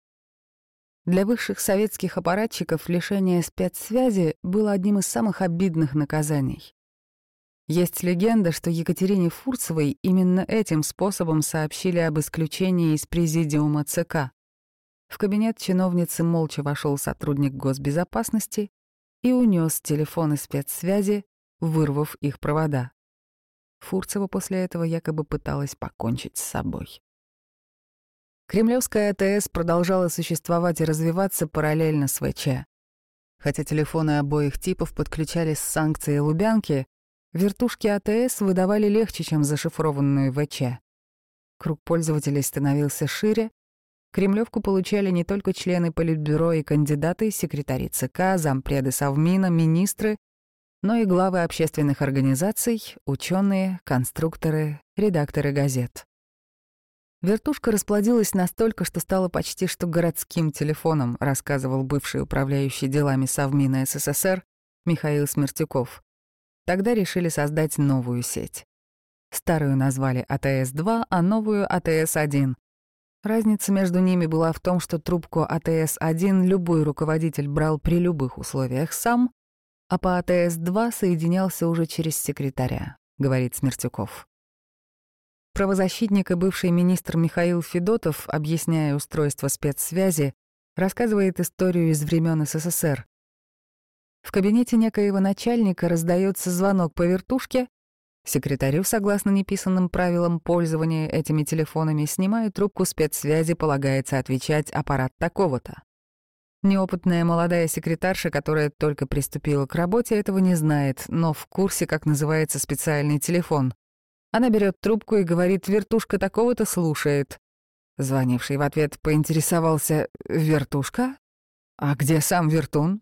Для высших советских аппаратчиков лишение спецсвязи было одним из самых обидных наказаний. Есть легенда, что Екатерине Фурцевой именно этим способом сообщили об исключении из президиума ЦК. В кабинет чиновницы молча вошел сотрудник госбезопасности и унес телефоны спецсвязи, вырвав их провода. Фурцева после этого якобы пыталась покончить с собой. Кремлевская а тэ эс продолжала существовать и развиваться параллельно с ВЧ. Хотя телефоны обоих типов подключались с санкцией Лубянки, вертушки а тэ эс выдавали легче, чем зашифрованную ВЧ. Круг пользователей становился шире, кремлевку получали не только члены Политбюро и кандидаты, секретари ЦК, зампреды Совмина, министры, но и главы общественных организаций, ученые, конструкторы, редакторы газет. Вертушка расплодилась настолько, что стала почти что городским телефоном, рассказывал бывший управляющий делами Совмина эс эс эс эр Михаил Смертюков. Тогда решили создать новую сеть. Старую назвали а тэ эс два, а новую а тэ эс один. Разница между ними была в том, что трубку а тэ эс один любой руководитель брал при любых условиях сам, а по а тэ эс два соединялся уже через секретаря, говорит Смертюков. Правозащитник и бывший министр Михаил Федотов, объясняя устройство спецсвязи, рассказывает историю из времен эс эс эс эр. В кабинете некоего начальника раздается звонок по вертушке, секретарю, согласно неписанным правилам пользования этими телефонами, снимая трубку спецсвязи, полагается отвечать аппарат такого-то. Неопытная молодая секретарша, которая только приступила к работе, этого не знает, но в курсе, как называется специальный телефон. Она берет трубку и говорит: «Вертушка такого-то слушает». Звонивший в ответ поинтересовался: «Вертушка? А где сам вертун?»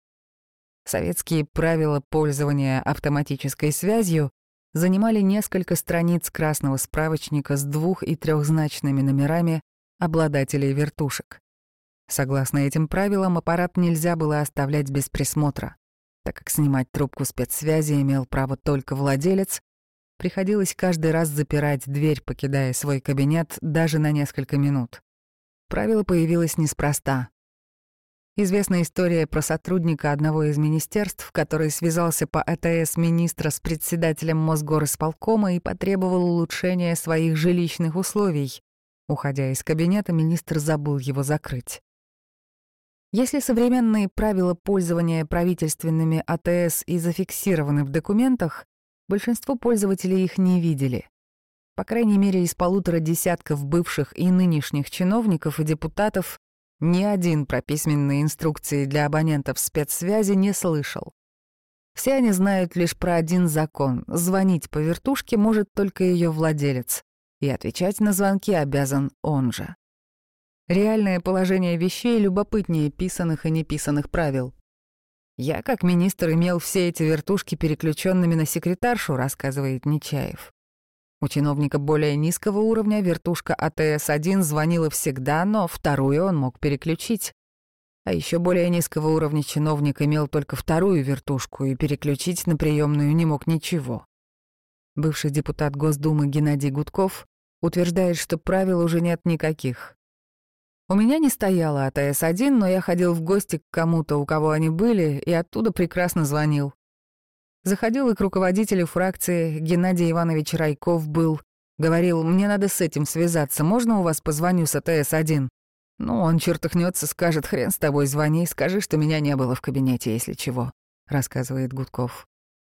Советские правила пользования автоматической связью занимали несколько страниц красного справочника с двух- и трехзначными номерами обладателей вертушек. Согласно этим правилам, аппарат нельзя было оставлять без присмотра. Так как снимать трубку спецсвязи имел право только владелец, приходилось каждый раз запирать дверь, покидая свой кабинет даже на несколько минут. Правило появилось неспроста. Известна история про сотрудника одного из министерств, который связался по АТС министра с председателем Мосгорисполкома и потребовал улучшения своих жилищных условий. Уходя из кабинета, министр забыл его закрыть. Если современные правила пользования правительственными АТС и зафиксированы в документах, большинство пользователей их не видели. По крайней мере, из полутора десятков бывших и нынешних чиновников и депутатов ни один про письменные инструкции для абонентов спецсвязи не слышал. Все они знают лишь про один закон — звонить по вертушке может только ее владелец, и отвечать на звонки обязан он же. Реальное положение вещей любопытнее писанных и неписанных правил. «Я, как министр, имел все эти вертушки переключенными на секретаршу», — рассказывает Нечаев. У чиновника более низкого уровня вертушка АТС один звонила всегда, но вторую он мог переключить. А еще более низкого уровня чиновник имел только вторую вертушку и переключить на приемную не мог ничего. Бывший депутат Госдумы Геннадий Гудков утверждает, что правил уже нет никаких. «У меня не стояла АТС один, но я ходил в гости к кому-то, у кого они были, и оттуда прекрасно звонил. Заходил и к руководителю фракции, Геннадий Иванович Райков был. Говорил, мне надо с этим связаться, можно у вас позвоню с АТС один? Ну, он чертыхнется, скажет, хрен с тобой, звони, скажи, что меня не было в кабинете, если чего», — рассказывает Гудков.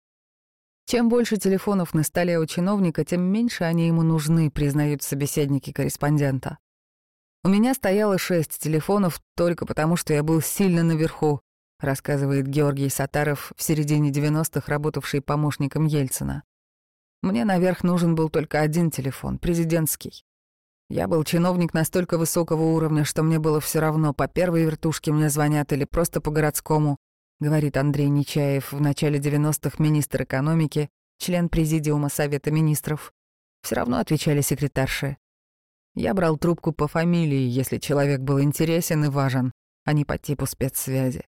Чем больше телефонов на столе у чиновника, тем меньше они ему нужны, признают собеседники корреспондента. «У меня стояло шесть телефонов только потому, что я был сильно наверху», рассказывает Георгий Сатаров, в середине девяностых работавший помощником Ельцина. «Мне наверх нужен был только один телефон, президентский. Я был чиновник настолько высокого уровня, что мне было все равно, по первой вертушке мне звонят или просто по городскому», говорит Андрей Нечаев, в начале девяностых министр экономики, член президиума Совета министров. Все равно отвечали секретарши. Я брал трубку по фамилии, если человек был интересен и важен, а не по типу спецсвязи.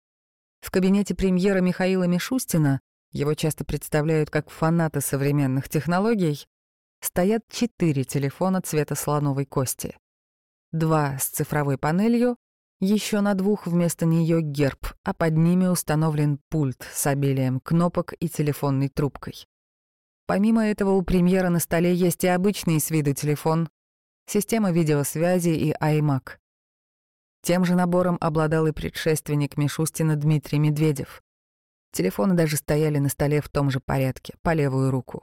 В кабинете премьера Михаила Мишустина, его часто представляют как фаната современных технологий, стоят четыре телефона цвета слоновой кости. Два с цифровой панелью, еще на двух вместо нее герб, а под ними установлен пульт с обилием кнопок и телефонной трубкой. Помимо этого у премьера на столе есть и обычный с виду телефон, система видеосвязи и iMac. Тем же набором обладал и предшественник Мишустина Дмитрий Медведев. Телефоны даже стояли на столе в том же порядке, по левую руку.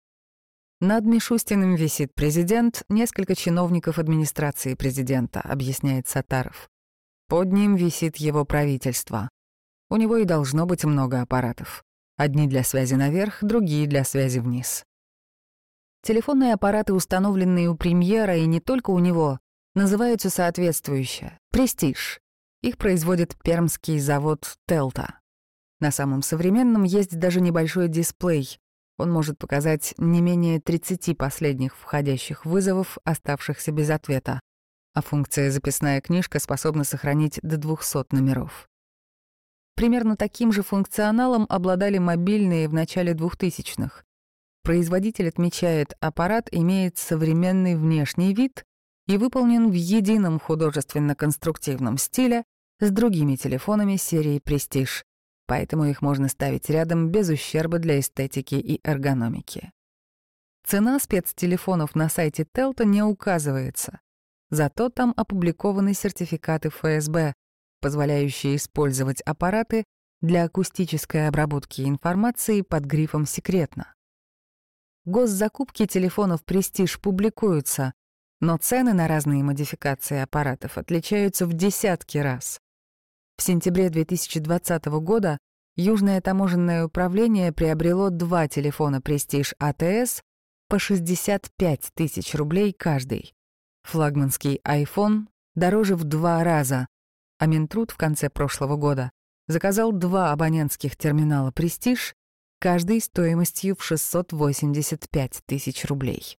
Над Мишустиным висит президент, несколько чиновников администрации президента, объясняет Сатаров. Под ним висит его правительство. У него и должно быть много аппаратов. Одни для связи наверх, другие для связи вниз. Телефонные аппараты, установленные у премьера и не только у него, называются соответствующе «Престиж». Их производит пермский завод «Телта». На самом современном есть даже небольшой дисплей. Он может показать не менее тридцати последних входящих вызовов, оставшихся без ответа. А функция «Записная книжка» способна сохранить до двухсот номеров. Примерно таким же функционалом обладали мобильные в начале двухтысячных. Производитель отмечает, аппарат имеет современный внешний вид и выполнен в едином художественно-конструктивном стиле с другими телефонами серии «Престиж», поэтому их можно ставить рядом без ущерба для эстетики и эргономики. Цена спецтелефонов на сайте Телта не указывается, зато там опубликованы сертификаты эф эс бэ, позволяющие использовать аппараты для акустической обработки информации под грифом «Секретно». Госзакупки телефонов «Престиж» публикуются, но цены на разные модификации аппаратов отличаются в десятки раз. В сентябре две тысячи двадцатого года Южное таможенное управление приобрело два телефона «Престиж а тэ эс» по шестьдесят пять тысяч рублей каждый. Флагманский iPhone дороже в два раза, а Минтруд в конце прошлого года заказал два абонентских терминала «Престиж», каждый стоимостью в шестьсот восемьдесят пять тысяч рублей.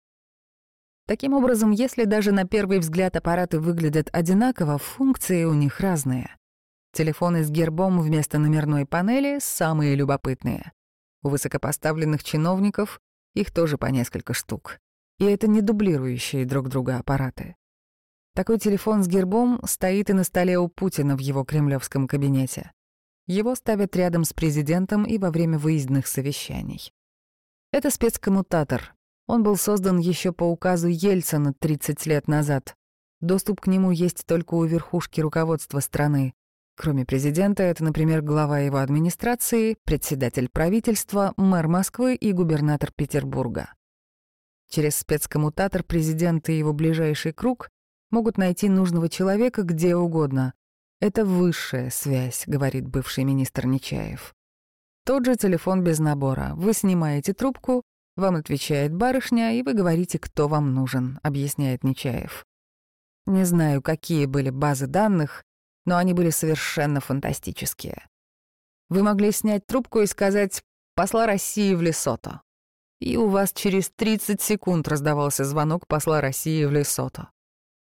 Таким образом, если даже на первый взгляд аппараты выглядят одинаково, функции у них разные. Телефоны с гербом вместо номерной панели самые любопытные. У высокопоставленных чиновников их тоже по несколько штук. И это не дублирующие друг друга аппараты. Такой телефон с гербом стоит и на столе у Путина в его кремлевском кабинете. Его ставят рядом с президентом и во время выездных совещаний. Это спецкоммутатор. Он был создан еще по указу Ельцина тридцать лет назад. Доступ к нему есть только у верхушки руководства страны. Кроме президента, это, например, глава его администрации, председатель правительства, мэр Москвы и губернатор Петербурга. Через спецкоммутатор президент и его ближайший круг могут найти нужного человека где угодно. Это высшая связь, говорит бывший министр Нечаев. Тот же телефон без набора. Вы снимаете трубку, вам отвечает барышня, и вы говорите, кто вам нужен, объясняет Нечаев. Не знаю, какие были базы данных, но они были совершенно фантастические. Вы могли снять трубку и сказать «посла России в Лесото», и у вас через тридцать секунд раздавался звонок посла России в Лесото.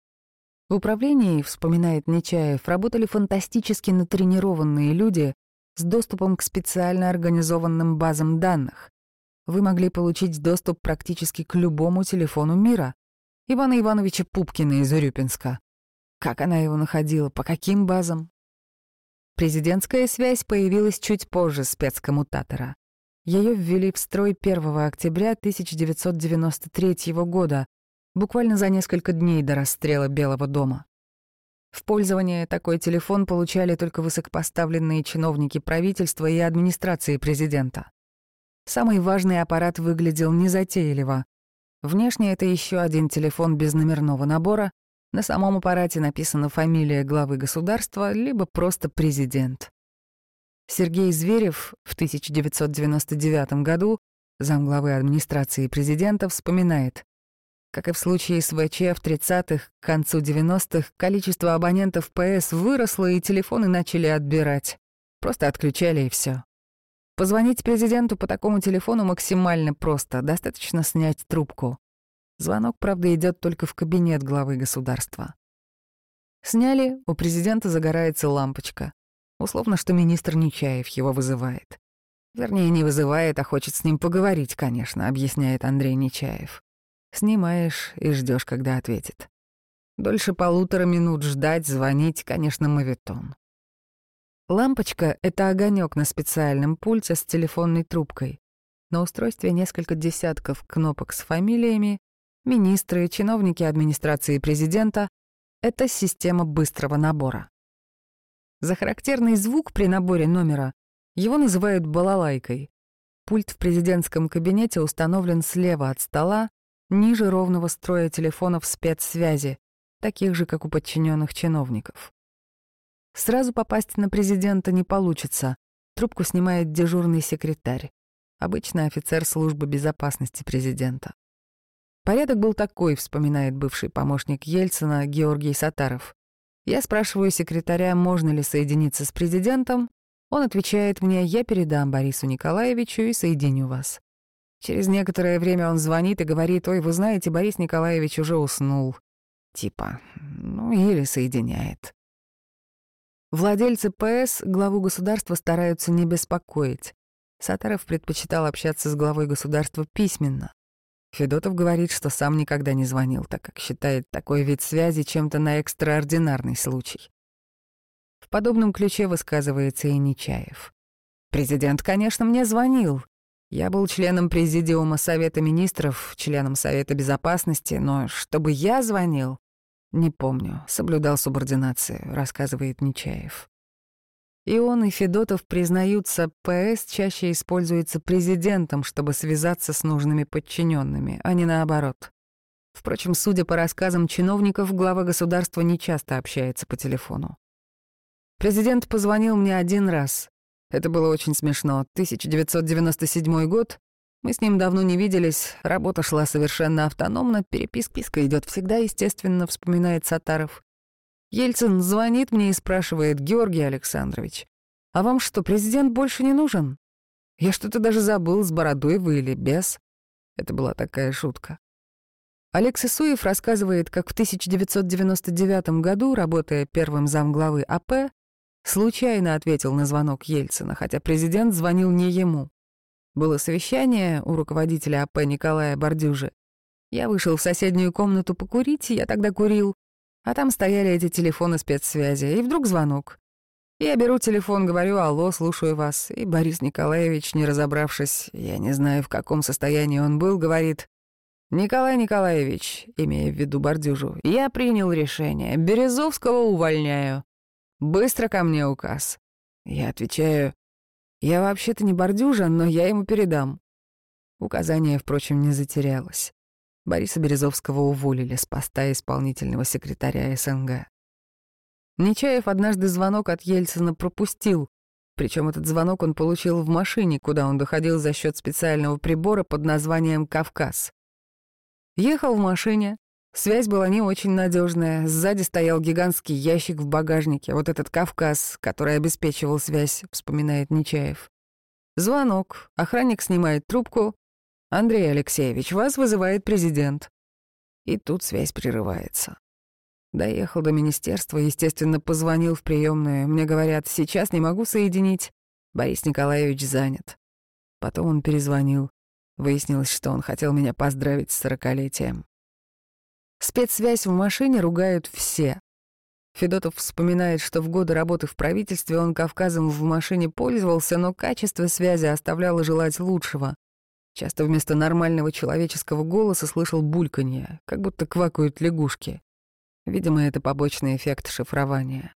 В управлении, вспоминает Нечаев, работали фантастически натренированные люди с доступом к специально организованным базам данных. Вы могли получить доступ практически к любому телефону мира. Ивана Ивановича Пупкина из Урюпинска. Как она его находила, по каким базам? Президентская связь появилась чуть позже спецкоммутатора. Ее ввели в строй первого октября тысяча девятьсот девяносто третьего года, буквально за несколько дней до расстрела Белого дома. В пользование такой телефон получали только высокопоставленные чиновники правительства и администрации президента. Самый важный аппарат выглядел незатейливо. Внешне это еще один телефон без номерного набора, на самом аппарате написана фамилия главы государства, либо просто президент. Сергей Зверев в тысяча девятьсот девяносто девятом году, замглавы администрации президента, вспоминает: как и в случае с ВЧ в тридцатых, к концу девяностых количество абонентов ПС выросло, и телефоны начали отбирать. Просто отключали и все. Позвонить президенту по такому телефону максимально просто, достаточно снять трубку. Звонок, правда, идет только в кабинет главы государства. Сняли, у президента загорается лампочка. Условно, что министр Нечаев его вызывает. Вернее, не вызывает, а хочет с ним поговорить, конечно, объясняет Андрей Нечаев. Снимаешь и ждешь, когда ответит. Дольше полутора минут ждать, звонить, конечно, моветон. Лампочка — это огонек на специальном пульте с телефонной трубкой. На устройстве несколько десятков кнопок с фамилиями, министры, чиновники администрации президента — это система быстрого набора. За характерный звук при наборе номера его называют балалайкой. Пульт в президентском кабинете установлен слева от стола, ниже ровного строя телефонов спецсвязи, таких же, как у подчиненных чиновников. Сразу попасть на президента не получится. Трубку снимает дежурный секретарь, обычно офицер службы безопасности президента. Порядок был такой, вспоминает бывший помощник Ельцина Георгий Саттаров. Я спрашиваю секретаря, можно ли соединиться с президентом. Он отвечает мне: я передам Борису Николаевичу и соединю вас. Через некоторое время он звонит и говорит: ой, вы знаете, Борис Николаевич уже уснул. Типа, ну или соединяет. Владельцы ПС главу государства стараются не беспокоить. Саттаров предпочитал общаться с главой государства письменно. Федотов говорит, что сам никогда не звонил, так как считает такой вид связи чем-то на экстраординарный случай. В подобном ключе высказывается и Нечаев. Президент, конечно, мне звонил. Я был членом Президиума Совета Министров, членом Совета Безопасности, но чтобы я звонил, не помню, соблюдал субординацию, рассказывает Нечаев. И он, и Федотов признаются, ПС чаще используется президентом, чтобы связаться с нужными подчиненными, а не наоборот. Впрочем, судя по рассказам чиновников, глава государства не часто общается по телефону. Президент позвонил мне один раз. Это было очень смешно. тысяча девятьсот девяносто седьмой год. Мы с ним давно не виделись, работа шла совершенно автономно, переписка идет всегда, естественно, вспоминает Саттаров. Ельцин звонит мне и спрашивает: Георгий Александрович, а вам что, президент больше не нужен? Я что-то даже забыл, с бородой вы или без. Это была такая шутка. Олег Сысуев рассказывает, как в тысяча девятьсот девяносто девятом году, работая первым замглавы АП, случайно ответил на звонок Ельцина, хотя президент звонил не ему. Было совещание у руководителя АП Николая Бордюжи. Я вышел в соседнюю комнату покурить, я тогда курил. А там стояли эти телефоны спецсвязи, и вдруг звонок. Я беру телефон, говорю: «Алло, слушаю вас». И Борис Николаевич, не разобравшись, я не знаю, в каком состоянии он был, говорит: «Николай Николаевич», имея в виду Бордюжу, «я принял решение, Березовского увольняю. Быстро ко мне указ». Я отвечаю: «Я вообще-то не Бордюжа, но я ему передам». Указание, впрочем, не затерялось. Бориса Березовского уволили с поста исполнительного секретаря СНГ. Нечаев однажды звонок от Ельцина пропустил, причем этот звонок он получил в машине, куда он доходил за счет специального прибора под названием «Кавказ». Ехал в машине, связь была не очень надежная, сзади стоял гигантский ящик в багажнике, вот этот «Кавказ», который обеспечивал связь, вспоминает Нечаев. Звонок, охранник снимает трубку: «Андрей Алексеевич, вас вызывает президент». И тут связь прерывается. Доехал до министерства, естественно, позвонил в приемную. Мне говорят: «Сейчас не могу соединить, Борис Николаевич занят». Потом он перезвонил. Выяснилось, что он хотел меня поздравить с сорокалетием. Спецсвязь в машине ругают все. Федотов вспоминает, что в годы работы в правительстве он «Кавказом» в машине пользовался, но качество связи оставляло желать лучшего. Часто вместо нормального человеческого голоса слышал бульканье, как будто квакают лягушки. Видимо, это побочный эффект шифрования.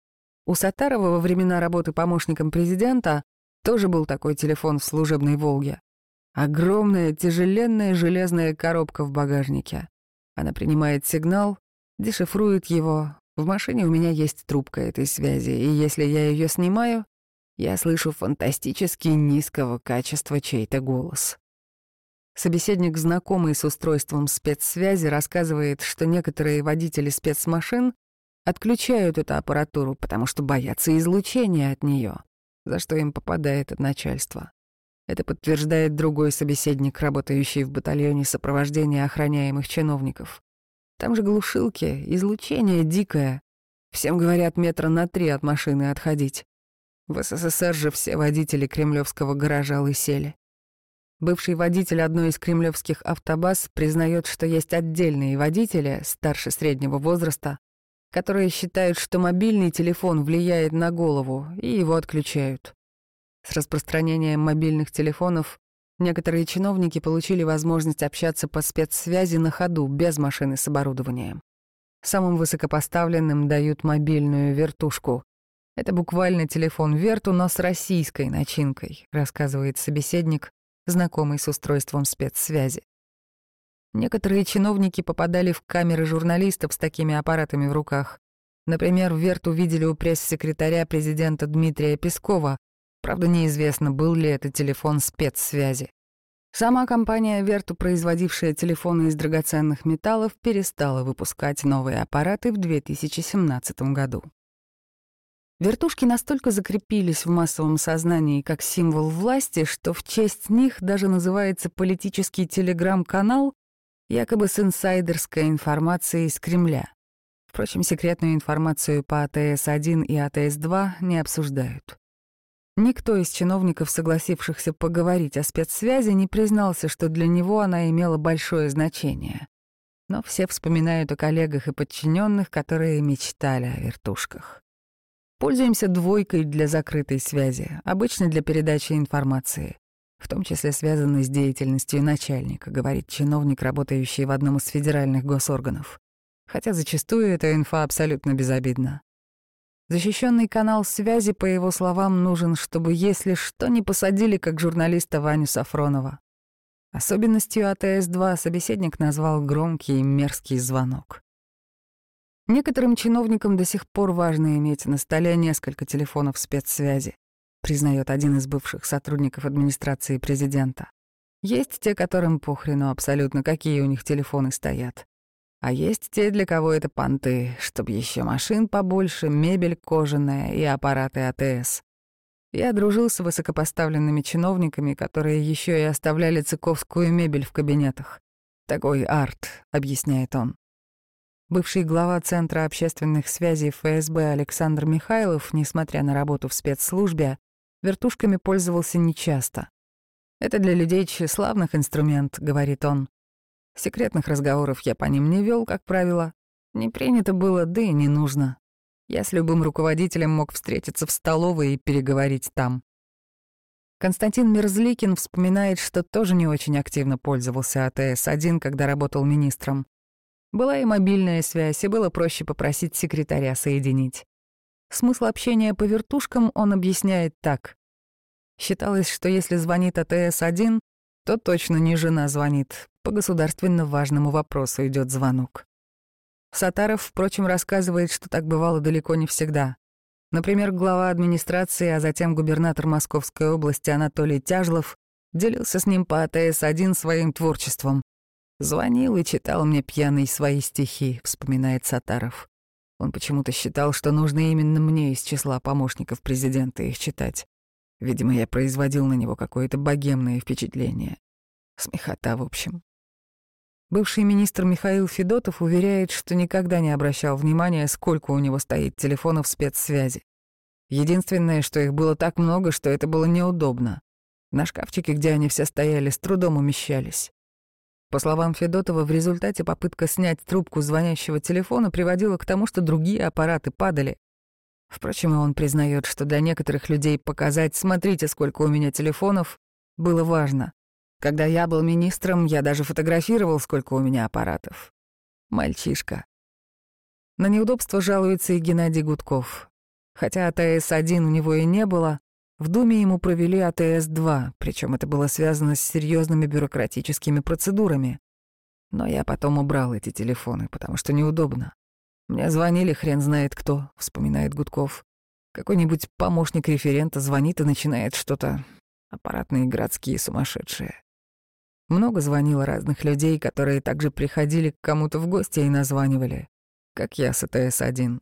У Саттарова во времена работы помощником президента тоже был такой телефон в служебной «Волге». Огромная, тяжеленная железная коробка в багажнике. Она принимает сигнал, дешифрует его. В машине у меня есть трубка этой связи, и если я ее снимаю, я слышу фантастически низкого качества чей-то голос. Собеседник, знакомый с устройством спецсвязи, рассказывает, что некоторые водители спецмашин отключают эту аппаратуру, потому что боятся излучения от нее, за что им попадает от начальства. Это подтверждает другой собеседник, работающий в батальоне сопровождения охраняемых чиновников. Там же глушилки, излучение дикое. Всем говорят метра на три от машины отходить. В СССР же все водители кремлевского гаража лысели. Бывший водитель одной из кремлевских автобаз признает, что есть отдельные водители, старше среднего возраста, которые считают, что мобильный телефон влияет на голову, и его отключают. С распространением мобильных телефонов некоторые чиновники получили возможность общаться по спецсвязи на ходу, без машины с оборудованием. Самым высокопоставленным дают мобильную вертушку. Это буквально телефон Верту, но с российской начинкой, рассказывает собеседник, знакомый с устройством спецсвязи. Некоторые чиновники попадали в камеры журналистов с такими аппаратами в руках. Например, Верту видели у пресс-секретаря президента Дмитрия Пескова. Правда, неизвестно, был ли это телефон спецсвязи. Сама компания Верту, производившая телефоны из драгоценных металлов, перестала выпускать новые аппараты в две тысячи семнадцатом году. Вертушки настолько закрепились в массовом сознании как символ власти, что в честь них даже называется политический телеграм-канал, якобы с инсайдерской информацией из Кремля. Впрочем, секретную информацию по А Тэ Эс один и А Тэ Эс два не обсуждают. Никто из чиновников, согласившихся поговорить о спецсвязи, не признался, что для него она имела большое значение. Но все вспоминают о коллегах и подчиненных, которые мечтали о вертушках. Пользуемся двойкой для закрытой связи, обычно для передачи информации, в том числе связанной с деятельностью начальника, говорит чиновник, работающий в одном из федеральных госорганов. Хотя зачастую эта инфа абсолютно безобидна. Защищенный канал связи, по его словам, нужен, чтобы, если что, не посадили как журналиста Ваню Сафронова. Особенностью А Тэ Эс два собеседник назвал громкий и мерзкий звонок. Некоторым чиновникам до сих пор важно иметь на столе несколько телефонов спецсвязи, признает один из бывших сотрудников администрации президента. Есть те, которым похрену абсолютно, какие у них телефоны стоят. А есть те, для кого это понты, чтобы еще машин побольше, мебель кожаная и аппараты А Тэ Эс. Я дружил с высокопоставленными чиновниками, которые еще и оставляли цыковскую мебель в кабинетах. Такой арт, объясняет он. Бывший глава Центра общественных связей Эф Эс Бэ Александр Михайлов, несмотря на работу в спецслужбе, вертушками пользовался нечасто. «Это для людей тщеславных инструмент», — говорит он. Секретных разговоров я по ним не вел, как правило. Не принято было, да и не нужно. Я с любым руководителем мог встретиться в столовой и переговорить там. Константин Мерзликин вспоминает, что тоже не очень активно пользовался А Тэ Эс один, когда работал министром. Была и мобильная связь, и было проще попросить секретаря соединить. Смысл общения по вертушкам он объясняет так. Считалось, что если звонит А Тэ Эс один, то точно не жена звонит. По государственно важному вопросу идет звонок. Сатаров, впрочем, рассказывает, что так бывало далеко не всегда. Например, глава администрации, а затем губернатор Московской области Анатолий Тяжлов делился с ним по А Тэ Эс один своим творчеством. «Звонил и читал мне пьяный свои стихи», — вспоминает Сатаров. Он почему-то считал, что нужно именно мне из числа помощников президента их читать. Видимо, я производил на него какое-то богемное впечатление. Смехота, в общем. Бывший министр Михаил Федотов уверяет, что никогда не обращал внимания, сколько у него стоит телефонов спецсвязи. Единственное, что их было так много, что это было неудобно. На шкафчике, где они все стояли, с трудом умещались. По словам Федотова, в результате попытка снять трубку звонящего телефона приводила к тому, что другие аппараты падали. Впрочем, и он признает, что для некоторых людей показать «смотрите, сколько у меня телефонов» было важно. Когда я был министром, я даже фотографировал, сколько у меня аппаратов. Мальчишка. На неудобство жалуется и Геннадий Гудков. Хотя А Тэ Эс один у него и не было, в Думе ему провели А Тэ Эс два, причем это было связано с серьезными бюрократическими процедурами. Но я потом убрал эти телефоны, потому что неудобно. Мне звонили хрен знает кто, вспоминает Гудков. Какой-нибудь помощник референта звонит и начинает что-то. Аппаратные городские сумасшедшие. Много звонило разных людей, которые также приходили к кому-то в гости и названивали, как я с А Тэ Эс один.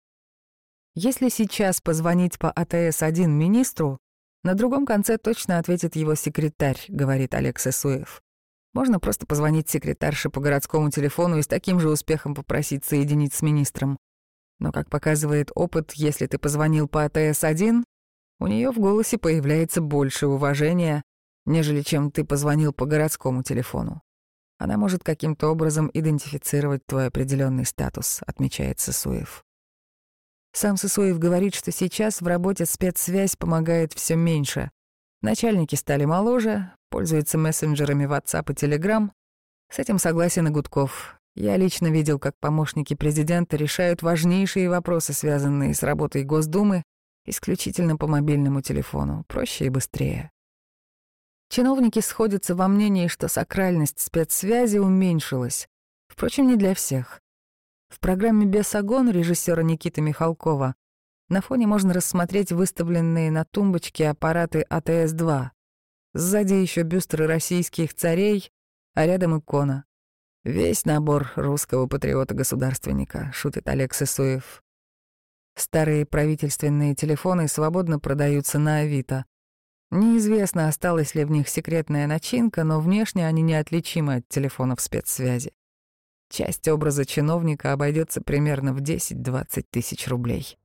Если сейчас позвонить по А Тэ Эс один министру, на другом конце точно ответит его секретарь, говорит Олег Сысоев. Можно просто позвонить секретарше по городскому телефону и с таким же успехом попросить соединить с министром. Но, как показывает опыт, если ты позвонил по А Тэ Эс один, у нее в голосе появляется больше уважения, нежели чем ты позвонил по городскому телефону. Она может каким-то образом идентифицировать твой определенный статус, отмечает Сысоев. Сам Сысоев говорит, что сейчас в работе спецсвязь помогает все меньше. Начальники стали моложе, пользуются мессенджерами WhatsApp и Telegram. С этим согласен и Гудков. Я лично видел, как помощники президента решают важнейшие вопросы, связанные с работой Госдумы, исключительно по мобильному телефону, проще и быстрее. Чиновники сходятся во мнении, что сакральность спецсвязи уменьшилась. Впрочем, не для всех. В программе «Бесогон» режиссера Никиты Михалкова на фоне можно рассмотреть выставленные на тумбочке аппараты А Тэ Эс два. Сзади еще бюсты российских царей, а рядом икона. Весь набор русского патриота-государственника, шутит Олег Сысоев. Старые правительственные телефоны свободно продаются на Авито. Неизвестно, осталась ли в них секретная начинка, но внешне они неотличимы от телефонов спецсвязи. Часть образа чиновника обойдется примерно в десять-двадцать тысяч рублей.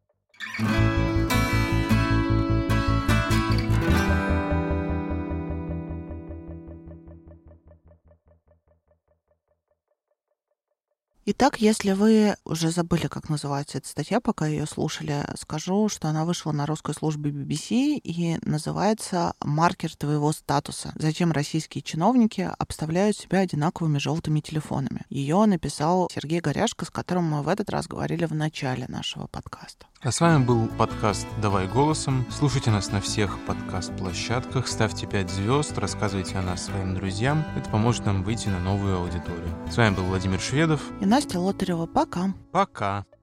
Итак, если вы уже забыли, как называется эта статья, пока ее слушали, скажу, что она вышла на русской службе Би Би Си и называется «Маркер твоего статуса. Зачем российские чиновники обставляют себя одинаковыми желтыми телефонами». Ее написал Сергей Горяшко, с которым мы в этот раз говорили в начале нашего подкаста. А с вами был подкаст «Давай голосом». Слушайте нас на всех подкаст-площадках, ставьте пять звезд, рассказывайте о нас своим друзьям. Это поможет нам выйти на новую аудиторию. С вами был Владимир Шведов И Настя Лотарева. Пока. Пока.